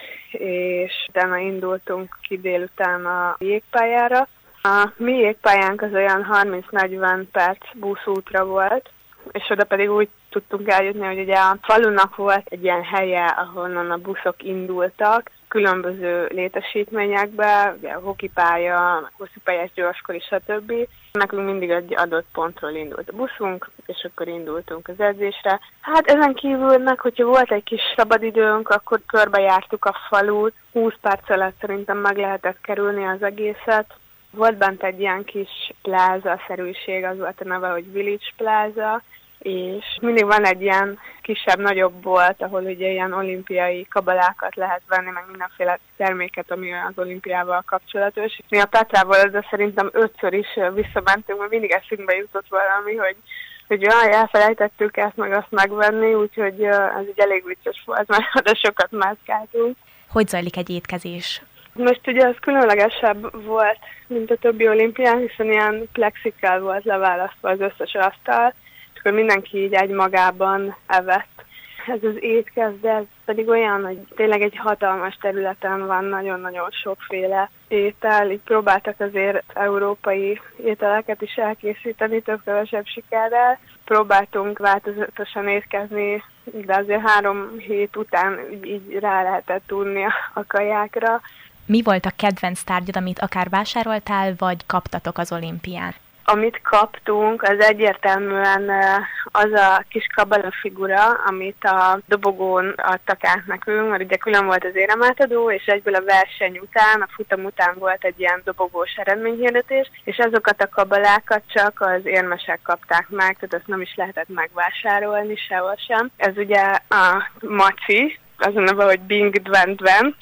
és utána indultunk ki délután a jégpályára. A mi jégpályánk az olyan 30-40 perc buszútra volt, és oda pedig úgy tudtunk eljutni, hogy ugye a falunak volt egy ilyen helye, ahonnan a buszok indultak, különböző létesítményekbe, ugye a hokipálya, hosszúpályás gyorskor és stb. Nekünk mindig egy adott pontról indult a buszunk, és akkor indultunk az edzésre. Hát ezen kívül meg, hogyha volt egy kis szabadidőnk, akkor körbejártuk a falut, 20 perc alatt szerintem meg lehetett kerülni az egészet. Volt bent egy ilyen kis pláza-szerűség, az volt a neve, hogy Village Plaza, és mindig van egy ilyen kisebb-nagyobb bolt, ahol ugye ilyen olimpiai kabalákat lehet venni, meg mindenféle terméket, ami az olimpiával kapcsolatos. Mi a Petrával de szerintem 5-ször is visszamentünk, mert mindig eszünkbe jutott valami, hogy elfelejtettük ezt meg azt megvenni, úgyhogy ez így elég vicces volt, mert oda sokat mászkáltunk. Hogy zajlik egy étkezés? Most ugye az különlegesebb volt, mint a többi olimpián, hiszen ilyen plexikkel volt leválasztva az összes asztal, és akkor mindenki így egymagában evett. Ez az étkezde, ez pedig olyan, hogy tényleg egy hatalmas területen van nagyon-nagyon sokféle étel. Így próbáltak azért európai ételeket is elkészíteni, több-kevesebb sikerrel. Próbáltunk változatosan étkezni, de azért 3 hét után így rá lehetett tudni a kajákra. Mi volt a kedvenc tárgyad, amit akár vásároltál, vagy kaptatok az olimpián? Amit kaptunk, az egyértelműen az a kis kabala figura, amit a dobogón adtak át nekünk, mert ugye külön volt az éremátadó, és egyből a verseny után, a futam után volt egy ilyen dobogós eredményhirdetés, és azokat a kabalákat csak az érmesek kapták meg, tehát azt nem is lehetett megvásárolni sehol sem. Ez ugye a maci, az a neve, hogy Bing Dwen Dwen,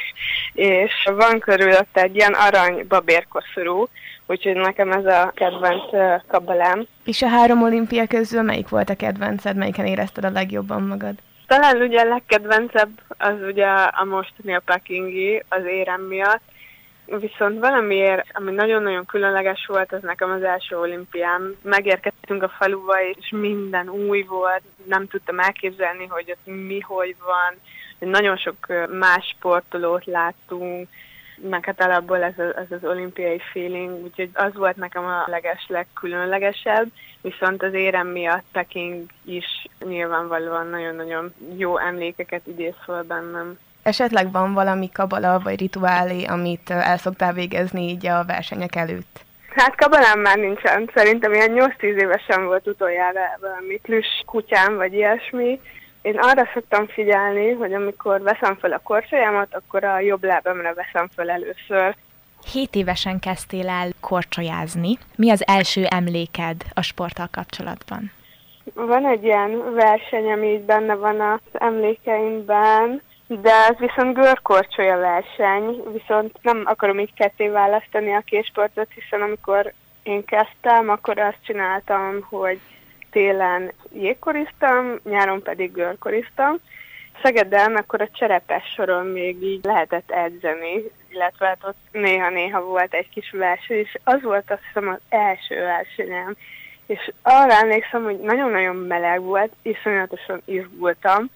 és van körülött egy ilyen arany babérkoszorú, úgyhogy nekem ez a kedvenc kabalám. És a 3 olimpia közül melyik volt a kedvenced, melyiken érezted a legjobban magad? Talán ugye a legkedvencebb az ugye a mostani a pekingi, az érem miatt. Viszont valamiért, ami nagyon-nagyon különleges volt, az nekem az első olimpián. Megérkeztünk a faluba, és minden új volt, nem tudtam elképzelni, hogy ott mi, hogy van. Nagyon sok más sportolót láttunk, meg hát alapból ez az olimpiai feeling, úgyhogy az volt nekem a legkülönlegesebb, viszont az érem miatt Peking is nyilvánvalóan nagyon-nagyon jó emlékeket idéz fel bennem. Esetleg van valami kabala vagy rituálé, amit el szoktál végezni így a versenyek előtt? Hát kabalám már nincsen, szerintem ilyen 8-10 évesen volt utoljára valami plüss kutyám vagy ilyesmi. Én arra szoktam figyelni, hogy amikor veszem fel a korcsolyámat, akkor a jobb lábamra veszem fel először. 7 évesen kezdtél el korcsolyázni. Mi az első emléked a sporttal kapcsolatban? Van egy ilyen verseny, ami így benne van az emlékeimben, de ez viszont görkorcsolya verseny, viszont nem akarom így ketté választani a két sportot, hiszen amikor én kezdtem, akkor azt csináltam, hogy télen jégkoriztam, nyáron pedig görkoriztam. Szegeden akkor a Cserepes soron még így lehetett edzeni, illetve hát ott néha-néha volt egy kis verseny, és az volt azt hiszem az első versenyem. És arra emlékszem, hogy nagyon-nagyon meleg volt, iszonyatosan izgultam,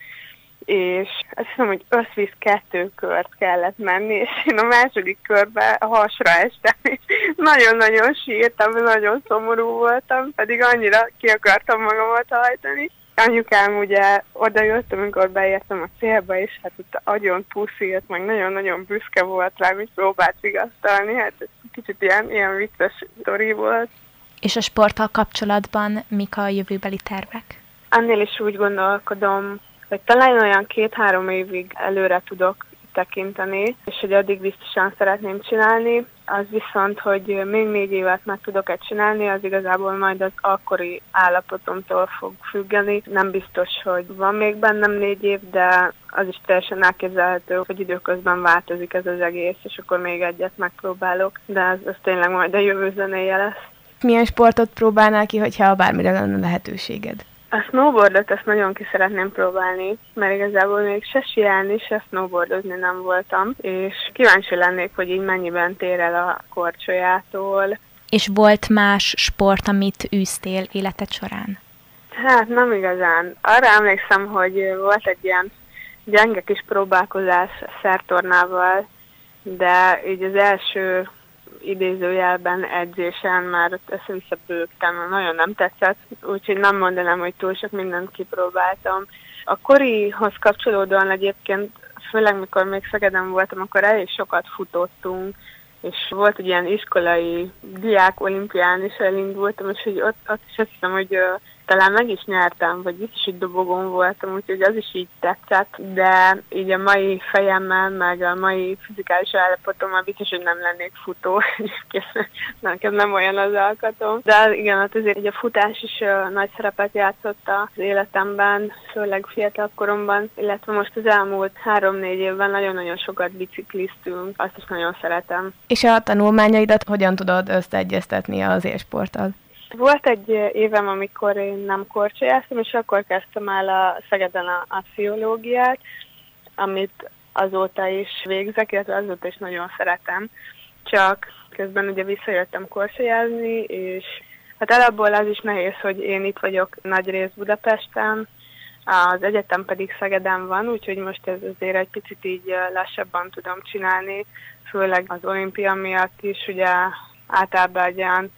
és azt hiszem, hogy összvisz 2 kört kellett menni, és én a második körben a hasra estem, és nagyon-nagyon sírtam, nagyon szomorú voltam, pedig annyira ki akartam magamat hajtani. Anyukám ugye odajött, amikor beértem a célba, és hát ott agyon puszilt, meg nagyon-nagyon büszke volt rám, hogy próbált vigasztalni, hát ez kicsit ilyen vicces sztori volt. És a sporttal kapcsolatban mik a jövőbeli tervek? Annél is úgy gondolkodom, hogy talán olyan 2-3 évig előre tudok tekinteni, és hogy addig biztosan szeretném csinálni. Az viszont, hogy még 4 évet meg tudok-e csinálni, az igazából majd az akkori állapotomtól fog függeni. Nem biztos, hogy van még bennem 4 év, de az is teljesen elképzelhető, hogy időközben változik ez az egész, és akkor még egyet megpróbálok, de ez tényleg majd a jövő zenéje lesz. Milyen sportot próbálnál ki, hogyha bármire lenne lehetőséged? A snowboardot ezt nagyon ki szeretném próbálni, mert igazából még se siálni, se snowboardozni nem voltam, és kíváncsi lennék, hogy így mennyiben tér el a korcsolyától. És volt más sport, amit űztél életed során? Hát nem igazán. Arra emlékszem, hogy volt egy ilyen gyenge kis próbálkozás szertornával, de így az első idézőjelben edzésen már össze-vissza bőgtem, nagyon nem tetszett, úgyhogy nem mondanám, hogy túl sok mindent kipróbáltam. A korihoz kapcsolódóan egyébként, főleg mikor még Szegeden voltam, akkor elég sokat futottunk, és volt egy ilyen iskolai diák olimpián is elindultam, és hogy ott is azt hiszem, hogy talán meg is nyertem, vagy biztos, hogy dobogón voltam, úgyhogy az is így tetszett, de így a mai fejemmel, meg a mai fizikális állapotommal biztos, hogy nem lennék futó, nekem nem olyan az alkatom. De igen, hát azért a futás is nagy szerepet játszott az életemben, főleg fiatal koromban, illetve most az elmúlt 3-4 évben nagyon-nagyon sokat bicikliztünk, azt is nagyon szeretem. És a tanulmányaidat hogyan tudod összeegyeztetni az élsporttal? Volt egy évem, amikor én nem korcsolyáztam, és akkor kezdtem el a Szegeden a pszichológiát, amit azóta is végzek, illetve azóta is nagyon szeretem. Csak közben ugye visszajöttem korcsolyázni, és hát alapból az is nehéz, hogy én itt vagyok nagyrészt Budapesten, az egyetem pedig Szegeden van, úgyhogy most ez azért egy picit így lassabban tudom csinálni, főleg az olimpia miatt is, ugye általában egy olyan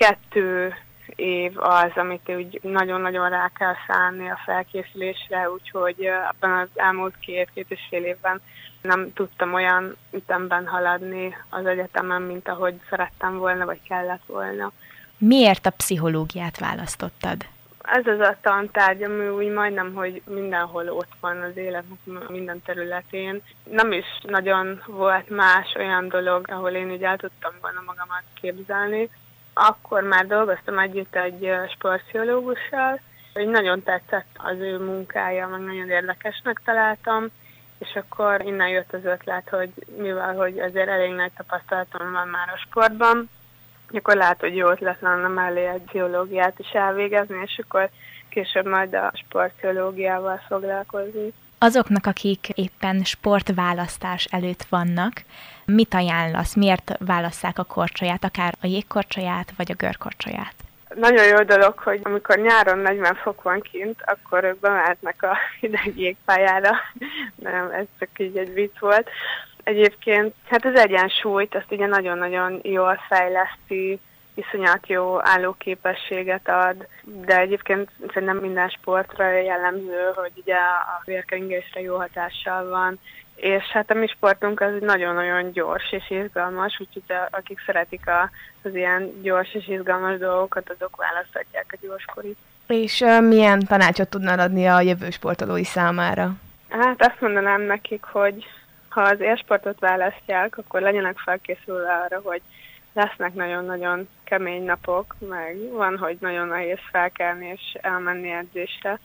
2 év az, amit úgy nagyon-nagyon rá kell szállni a felkészülésre, úgyhogy abban az elmúlt 2-2,5 évben nem tudtam olyan ütemben haladni az egyetemen, mint ahogy szerettem volna, vagy kellett volna. Miért a pszichológiát választottad? Ez az a tantárgy, ami úgy majdnem, hogy mindenhol ott van az életnek minden területén. Nem is nagyon volt más olyan dolog, ahol én így el tudtam volna magamat képzelni. Akkor már dolgoztam együtt egy sportpszichológussal, hogy nagyon tetszett az ő munkája, meg nagyon érdekesnek találtam, és akkor innen jött az ötlet, hogy mivel hogy azért elég nagy tapasztalatom van már a sportban, akkor lehet, hogy jó ötlet lenne mellé egy pszichológiát is elvégezni, és akkor később majd a sportpszichológiával foglalkozni. Azoknak, akik éppen sportválasztás előtt vannak, mit ajánlasz? Miért válasszák a korcsolyát, akár a jégkorcsolyát, vagy a görkorcsolyát? Nagyon jó dolog, hogy amikor nyáron 40 fok van kint, akkor ők bemehetnek a hideg jégpályára. Nem, ez csak így egy vicc volt. Egyébként hát az egyensúlyt azt ugye nagyon-nagyon jól fejleszti, iszonyat jó állóképességet ad, de egyébként szerintem minden sportra jellemző, hogy ugye a vérkeringésre jó hatással van, és hát a mi sportunk az nagyon-nagyon gyors és izgalmas, úgyhogy akik szeretik az ilyen gyors és izgalmas dolgokat, azok választhatják a gyorskorit. És milyen tanácsot tudnál adni a jövő sportolói számára? Hát azt mondanám nekik, hogy ha az élsportot választják, akkor legyenek felkészülve arra, hogy lesznek nagyon-nagyon kemény napok, meg van, hogy nagyon nehéz felkelni és elmenni edzésre,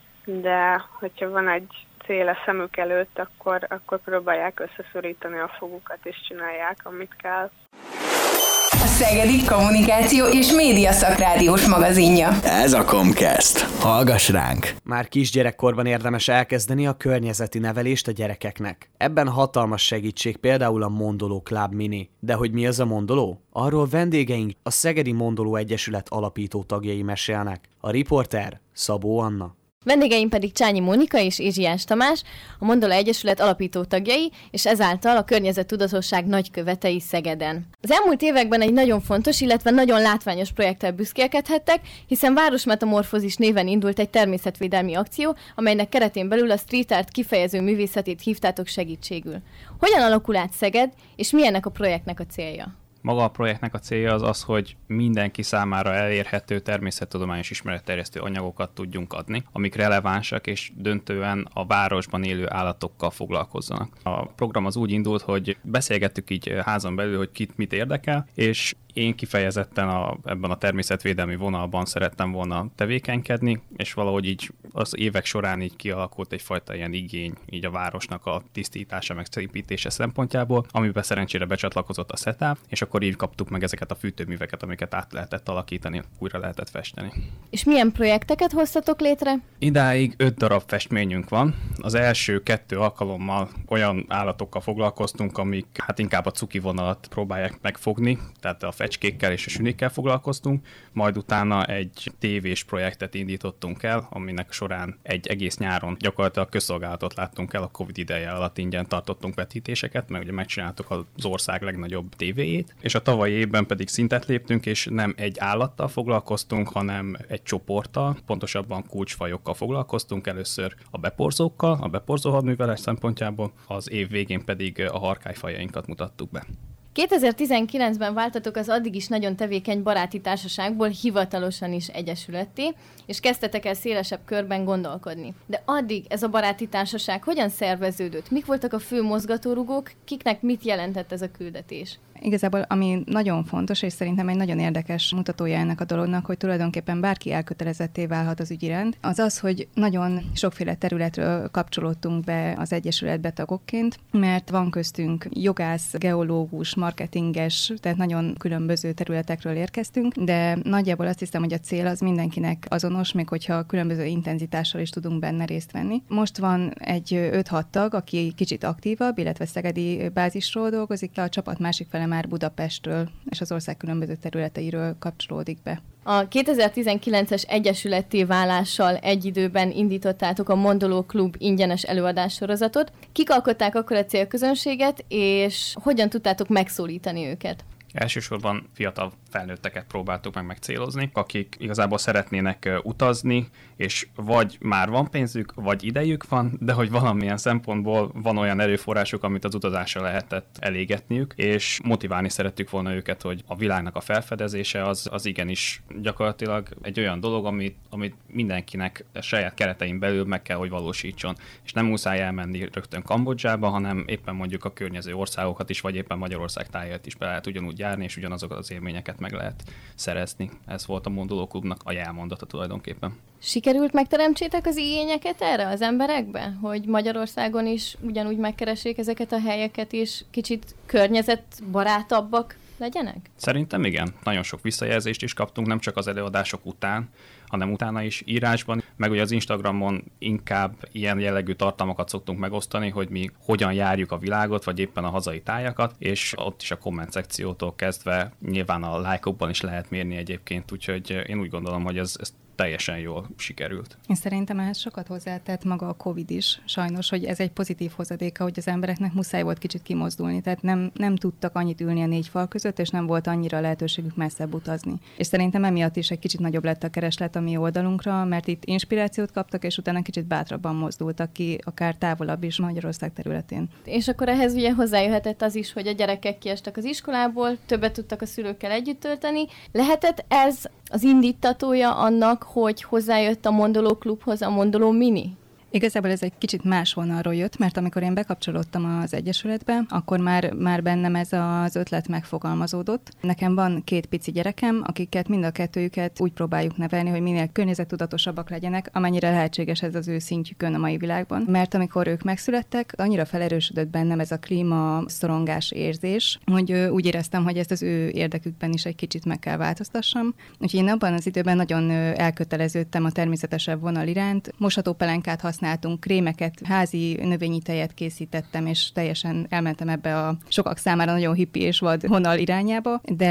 de hogyha van egy cél a szemük előtt, akkor próbálják összeszorítani a fogukat és csinálják, amit kell. A Szegedi Kommunikáció és Média Szakrádiós magazinja. Ez a Comcast. Hallgass ránk! Már kisgyerekkorban érdemes elkezdeni a környezeti nevelést a gyerekeknek. Ebben hatalmas segítség például a Mondoló Club Mini. De hogy mi az a Mondoló? Arról vendégeink, a Szegedi Mondoló Egyesület alapító tagjai mesélnek. A riporter Szabó Anna. Vendégeim pedig Csányi Mónika és Ézsiás Tamás, a Mondoló Egyesület alapító tagjai, és ezáltal a környezettudatosság nagykövetei Szegeden. Az elmúlt években egy nagyon fontos, illetve nagyon látványos projekttel büszkélkedhettek, hiszen Városmetamorfózis néven indult egy természetvédelmi akció, amelynek keretén belül a street art kifejező művészetét hívtátok segítségül. Hogyan alakul át Szeged, és milyennek a projektnek a célja? Maga a projektnek a célja az, hogy mindenki számára elérhető természettudományos ismeretterjesztő anyagokat tudjunk adni, amik relevánsak és döntően a városban élő állatokkal foglalkozzanak. A program az úgy indult, hogy beszélgettük így házon belül, hogy kit mit érdekel, és én kifejezetten ebben a természetvédelmi vonalban szerettem volna tevékenykedni, és valahogy így az évek során így kialakult egyfajta ilyen igény így a városnak a tisztítása meg szépítése szempontjából, amiben szerencsére becsatlakozott a SETÁV, és akkor így kaptuk meg ezeket a fűtőműveket, amiket át lehetett alakítani, újra lehetett festeni. És milyen projekteket hoztatok létre? Idáig 5 darab festményünk van. Az első 2 alkalommal olyan állatokkal foglalkoztunk, amik hát inkább a cuki vonalat próbálják megfogni, tehát a fecskékkel és a sünékkel foglalkoztunk, majd utána egy tévés projektet indítottunk el, aminek során egy egész nyáron gyakorlatilag közszolgálatot láttunk el, a Covid ideje alatt ingyen tartottunk vetítéseket, mert ugye megcsináltuk az ország legnagyobb tévéjét, és a tavalyi évben pedig szintet léptünk, és nem egy állattal foglalkoztunk, hanem egy csoporttal, pontosabban kulcsfajokkal foglalkoztunk, először a beporzókkal, a beporzó hadművelés szempontjából, az év végén pedig a harkályfajainkat mutattuk be. 2019-ben váltatok az addig is nagyon tevékeny baráti társaságból hivatalosan is egyesületté, és kezdtetek el szélesebb körben gondolkodni. De addig ez a baráti társaság hogyan szerveződött? Mik voltak a fő mozgatórugók, kiknek mit jelentett ez a küldetés? Igazából, ami nagyon fontos, és szerintem egy nagyon érdekes mutatója ennek a dolognak, hogy tulajdonképpen bárki elkötelezetté válhat az ügy iránt, az az, hogy nagyon sokféle területről kapcsolódtunk be az egyesületbe tagokként, mert van köztünk jogász, geológus, marketinges, tehát nagyon különböző területekről érkeztünk, de nagyjából azt hiszem, hogy a cél az mindenkinek azonos, még hogyha különböző intenzitással is tudunk benne részt venni. Most van egy 5-6 tag, aki kicsit aktívabb, illetve szegedi bázisról dolgozik, a csapat másik fele már Budapestről és az ország különböző területeiről kapcsolódik be. A 2019-es egyesületté válással egy időben indítottátok a Mondoló Klub ingyenes előadássorozatot. Kik alkották akkor a célközönséget, és hogyan tudtátok megszólítani őket? Elsősorban fiatal felnőtteket próbáltuk meg megcélozni, akik igazából szeretnének utazni, és vagy már van pénzük, vagy idejük van, de hogy valamilyen szempontból van olyan erőforrásuk, amit az utazásra lehetett elégetniük, és motiválni szerettük volna őket, hogy a világnak a felfedezése az igenis gyakorlatilag egy olyan dolog, amit mindenkinek a saját keretein belül meg kell, hogy valósítson. És nem muszáj elmenni rögtön Kambodzsába, hanem éppen mondjuk a környező országokat is, vagy éppen Magyarország táját is be lehet ugyanúgy járni, és ugyanazokat az élményeket meg lehet szerezni. Ez volt a Mondoló Klubnak a jelmondata tulajdonképpen. Sikerült megteremtsétek az igényeket erre az emberekbe? Hogy Magyarországon is ugyanúgy megkeressék ezeket a helyeket, és kicsit környezetbarátabbak legyenek? Szerintem igen. Nagyon sok visszajelzést is kaptunk, nem csak az előadások után, hanem utána is írásban, meg ugye az Instagramon inkább ilyen jellegű tartalmakat szoktunk megosztani, hogy mi hogyan járjuk a világot, vagy éppen a hazai tájakat, és ott is a komment szekciótól kezdve nyilván a lájkokban is lehet mérni egyébként, úgyhogy én úgy gondolom, hogy ez teljesen jól sikerült. Én szerintem ehhez sokat hozzátett maga a Covid is, sajnos, hogy ez egy pozitív hozadéka, hogy az embereknek muszáj volt kicsit kimozdulni, tehát nem tudtak annyit ülni a 4 fal között, és nem volt annyira lehetőségük messzebb utazni. És szerintem emiatt is egy kicsit nagyobb lett a kereslet a mi oldalunkra, mert itt inspirációt kaptak, és utána kicsit bátrabban mozdultak ki, akár távolabb is Magyarország területén. És akkor ehhez ugye hozzájöhetett az is, hogy a gyerekek kiestek az iskolából, többet tudtak a szülőkkel együtt tölteni. Lehetett ez az indítatója annak, hogy hozzájött a Mondoló Klubhoz a Mondoló Mini? Igazából ez egy kicsit más vonalról jött, mert amikor én bekapcsolódtam az egyesületbe, akkor már bennem ez az ötlet megfogalmazódott. Nekem van 2 pici gyerekem, akiket mind a kettőjüket úgy próbáljuk nevelni, hogy minél környezettudatosabbak legyenek, amennyire lehetséges ez az ő szintjükön a mai világban. Mert amikor ők megszülettek, annyira felerősödött bennem ez a klímaszorongás érzés, hogy úgy éreztem, hogy ezt az ő érdekükben is egy kicsit meg kell változtassam. Úgyhogy én abban az időben nagyon elköteleződtem a természetesebb vonal iránt. Mosható pelenkát használtunk, krémeket, házi növényi tejet készítettem, és teljesen elmentem ebbe a sokak számára nagyon hippi és vad vonal irányába, de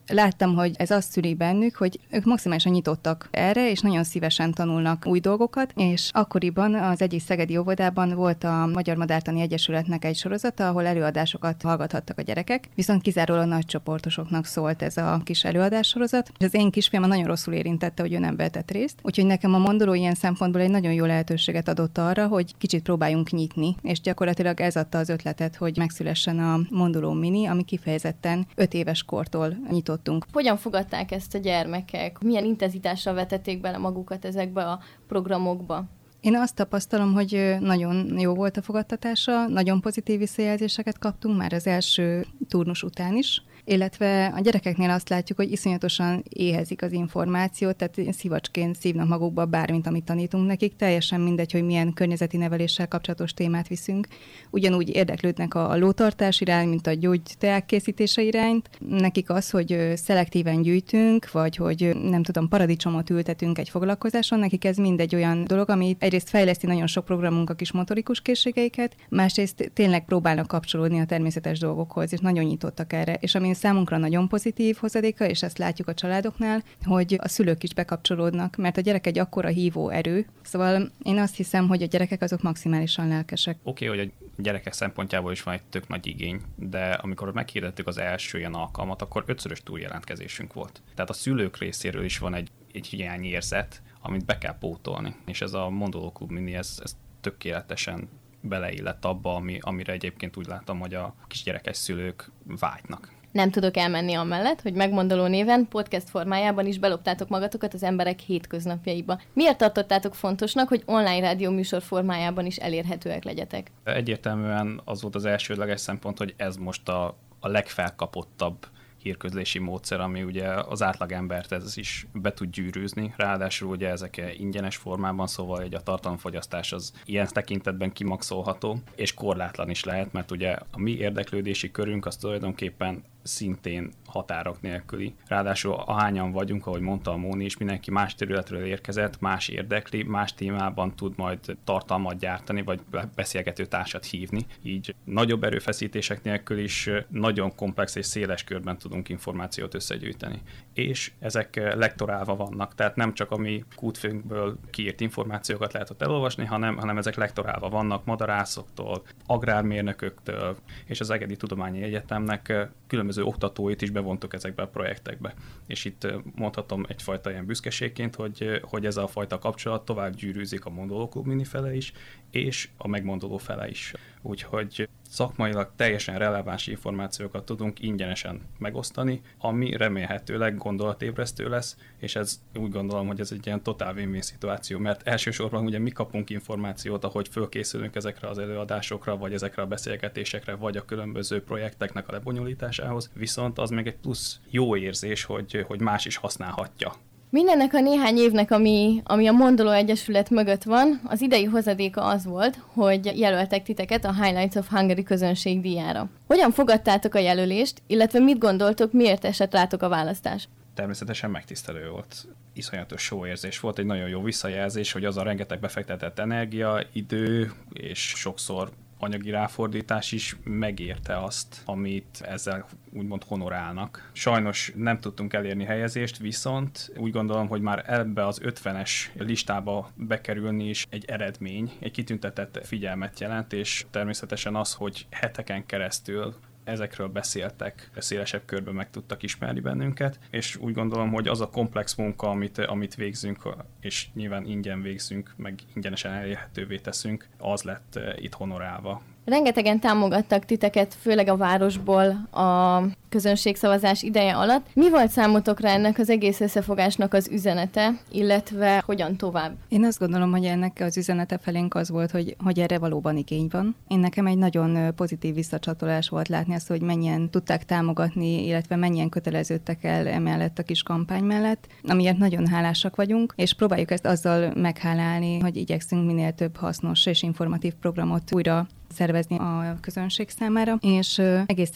láttam, hogy ez azt szüli bennük, hogy ők maximálisan nyitottak erre, és nagyon szívesen tanulnak új dolgokat, és akkoriban az egyik szegedi óvodában volt a Magyar Madártani Egyesületnek egy sorozata, ahol előadásokat hallgathattak a gyerekek, viszont kizárólag nagy csoportosoknak szólt ez a kis előadássorozat, és az én kisfiam nagyon rosszul érintette, hogy ő nem vehetett részt. Úgyhogy nekem a Mondoló ilyen szempontból egy nagyon jó lehetőséget adott arra, hogy kicsit próbáljunk nyitni, és gyakorlatilag ez adta az ötletet, hogy megszülessen a Mondoló Mini, ami kifejezetten 5 éves kortól nyitottunk. Hogyan fogadták ezt a gyermekek? Milyen intenzitással vetették bele magukat ezekbe a programokba? Én azt tapasztalom, hogy nagyon jó volt a fogadtatása, nagyon pozitív visszajelzéseket kaptunk már az első turnus után is, illetve a gyerekeknél azt látjuk, hogy iszonyatosan éhezik az információt, tehát szivacsként szívnak magukba bármint, amit tanítunk nekik, teljesen mindegy, hogy milyen környezeti neveléssel kapcsolatos témát viszünk. Ugyanúgy érdeklődnek a lótartás irány, mint a gyógyteák készítése irányt. Nekik az, hogy szelektíven gyűjtünk, vagy hogy nem tudom, paradicsomot ültetünk egy foglalkozáson, nekik ez mindegy olyan dolog, ami egyrészt fejleszti nagyon sok programunk a kis motorikus készségeiket, másrészt tényleg próbálnak kapcsolódni a természetes dolgokhoz, és nagyon nyitottak erre. És ami számunkra nagyon pozitív hozadéka, és ezt látjuk a családoknál, hogy a szülők is bekapcsolódnak, mert a gyerek egy akkora hívó erő. Szóval én azt hiszem, hogy a gyerekek azok maximálisan lelkesek. Oké, hogy a gyerekek szempontjából is van egy tök nagy igény, de amikor meghirdettük az első ilyen alkalmat, akkor 5-szörös túljelentkezésünk volt. Tehát a szülők részéről is van egy hiányérzet, amit be kell pótolni. És ez a Mondoló Klub Mini, ez tökéletesen beleillett abba, amire egyébként úgy látom, hogy a kisgyerekes szülők vágynak. Nem tudok elmenni amellett, hogy Megmondoló néven podcast formájában is beloptátok magatokat az emberek hétköznapjaiba. Miért tartottátok fontosnak, hogy online rádió műsor formájában is elérhetőek legyetek? Egyértelműen az volt az elsődleges szempont, hogy ez most a legfelkapottabb hírközlési módszer, ami ugye az átlagembert ez is be tud gyűrűzni, ráadásul ugye ezek ingyenes formában, szóval egy a tartalomfogyasztás az ilyen tekintetben kimaxolható, és korlátlan is lehet, mert ugye a mi érdeklődési körünk az tulajdonképpen szintén határok nélküli. Ráadásul ahányan vagyunk, ahogy mondta a Móni is, mindenki más területről érkezett, más érdekli, más témában tud majd tartalmat gyártani, vagy beszélgető társat hívni. Így nagyobb erőfeszítések nélkül is nagyon komplex és széles körben tudunk információt összegyűjteni. És ezek lektorálva vannak, tehát nem csak a mi kútfőnkből kiírt információkat lehet ott elolvasni, hanem ezek lektorálva vannak madarászoktól, agrármérnököktől, és az Egedi Tudományi Egyetemnek különböző oktatóit is bevontuk ezekbe a projektekbe. És itt mondhatom egyfajta ilyen büszkeségként, hogy ez a fajta kapcsolat tovább gyűrűzik a Mondoló Klub Mini fele is, és a Megmondoló fele is. Úgyhogy szakmailag teljesen releváns információkat tudunk ingyenesen megosztani, ami remélhetőleg gondolatébresztő lesz, és ez úgy gondolom, hogy ez egy ilyen totál win-win szituáció, mert elsősorban ugye mi kapunk információt, ahogy fölkészülünk ezekre az előadásokra, vagy ezekre a beszélgetésekre, vagy a különböző projekteknek a lebonyolításához, viszont az még egy plusz jó érzés, hogy más is használhatja. Mindennek a néhány évnek, ami a Mondoló Egyesület mögött van, az idei hozadéka az volt, hogy jelöltek titeket a Highlights of Hungary közönségdíjára. Hogyan fogadtátok a jelölést, illetve mit gondoltok, miért esett rátok a választás? Természetesen megtisztelő volt. Iszonyatos jó érzés volt, egy nagyon jó visszajelzés, hogy az a rengeteg befektetett energia, idő és sokszor anyagi ráfordítás is megérte azt, amit ezzel úgymond honorálnak. Sajnos nem tudtunk elérni helyezést, viszont úgy gondolom, hogy már ebbe az 50-es listába bekerülni is egy eredmény, egy kitüntetett figyelmet jelent, és természetesen az, hogy heteken keresztül ezekről beszéltek, szélesebb körben meg tudtak ismerni bennünket, és úgy gondolom, hogy az a komplex munka, amit végzünk, és nyilván ingyen végzünk, meg ingyenesen elérhetővé teszünk, az lett itt honorálva. Rengetegen támogattak titeket, főleg a városból a közönségszavazás ideje alatt. Mi volt számotokra ennek az egész összefogásnak az üzenete, illetve hogyan tovább? Én azt gondolom, hogy ennek az üzenete felénk az volt, hogy erre valóban igény van. Én nekem egy nagyon pozitív visszacsatolás volt látni azt, hogy mennyien tudták támogatni, illetve mennyien köteleződtek el emellett a kis kampány mellett, amiért nagyon hálásak vagyunk, és próbáljuk ezt azzal meghálálni, hogy igyekszünk minél több hasznos és informatív programot újra szervezni a közönség számára, és egészen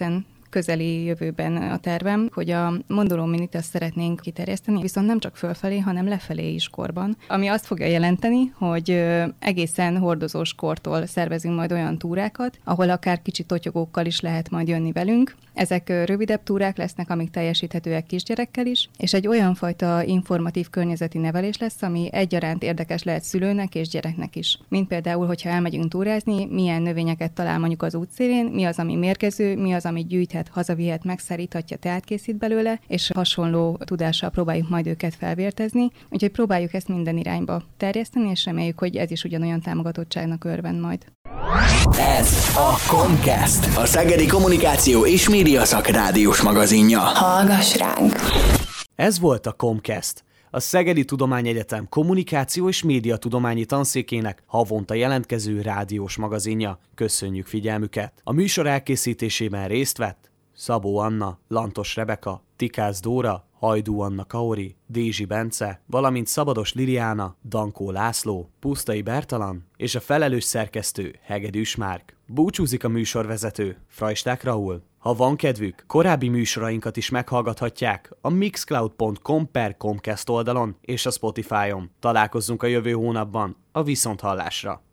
közeli jövőben a tervem, hogy a Mondoló Minit azt szeretnénk kiterjeszteni, viszont nem csak fölfelé, hanem lefelé is korban. Ami azt fogja jelenteni, hogy egészen hordozós kortól szervezünk majd olyan túrákat, ahol akár kicsi totyogókkal is lehet majd jönni velünk. Ezek rövidebb túrák lesznek, amik teljesíthetőek kisgyerekkel is, és egy olyan fajta informatív környezeti nevelés lesz, ami egyaránt érdekes lehet szülőnek és gyereknek is. Mint például, hogyha elmegyünk túrázni, milyen növényeket talál mondjuk az útszélén, mi az, ami mérgező, mi az, ami gyűjthet, hazavihet, megszáríthatja, teát készít belőle, és hasonló tudással próbáljuk majd őket felvértezni. Úgyhogy próbáljuk ezt minden irányba terjeszteni, és reméljük, hogy ez is ugyanolyan támogatottságnak örvend majd. Ez a Comcast, a Szegedi Kommunikáció és Médiaszak rádiós magazinja. Hallgass ránk! Ez volt a Comcast, a Szegedi Tudományegyetem Kommunikáció és Médiatudományi Tanszékének havonta jelentkező rádiós magazinja. Köszönjük figyelmüket! A műsor elkészítésében részt vett Szabó Anna, Lantos Rebeka, Tikász Dóra, Hajdú Anna Kaori, Dézsi Bence, valamint Szabados Liliana, Dankó László, Pusztai Bertalan és a felelős szerkesztő Hegedűs Márk. Búcsúzik a műsorvezető, Frajsták Raúl. Ha van kedvük, korábbi műsorainkat is meghallgathatják a mixcloud.com/Comcast oldalon és a Spotify-on. Találkozzunk a jövő hónapban a Viszonthallásra.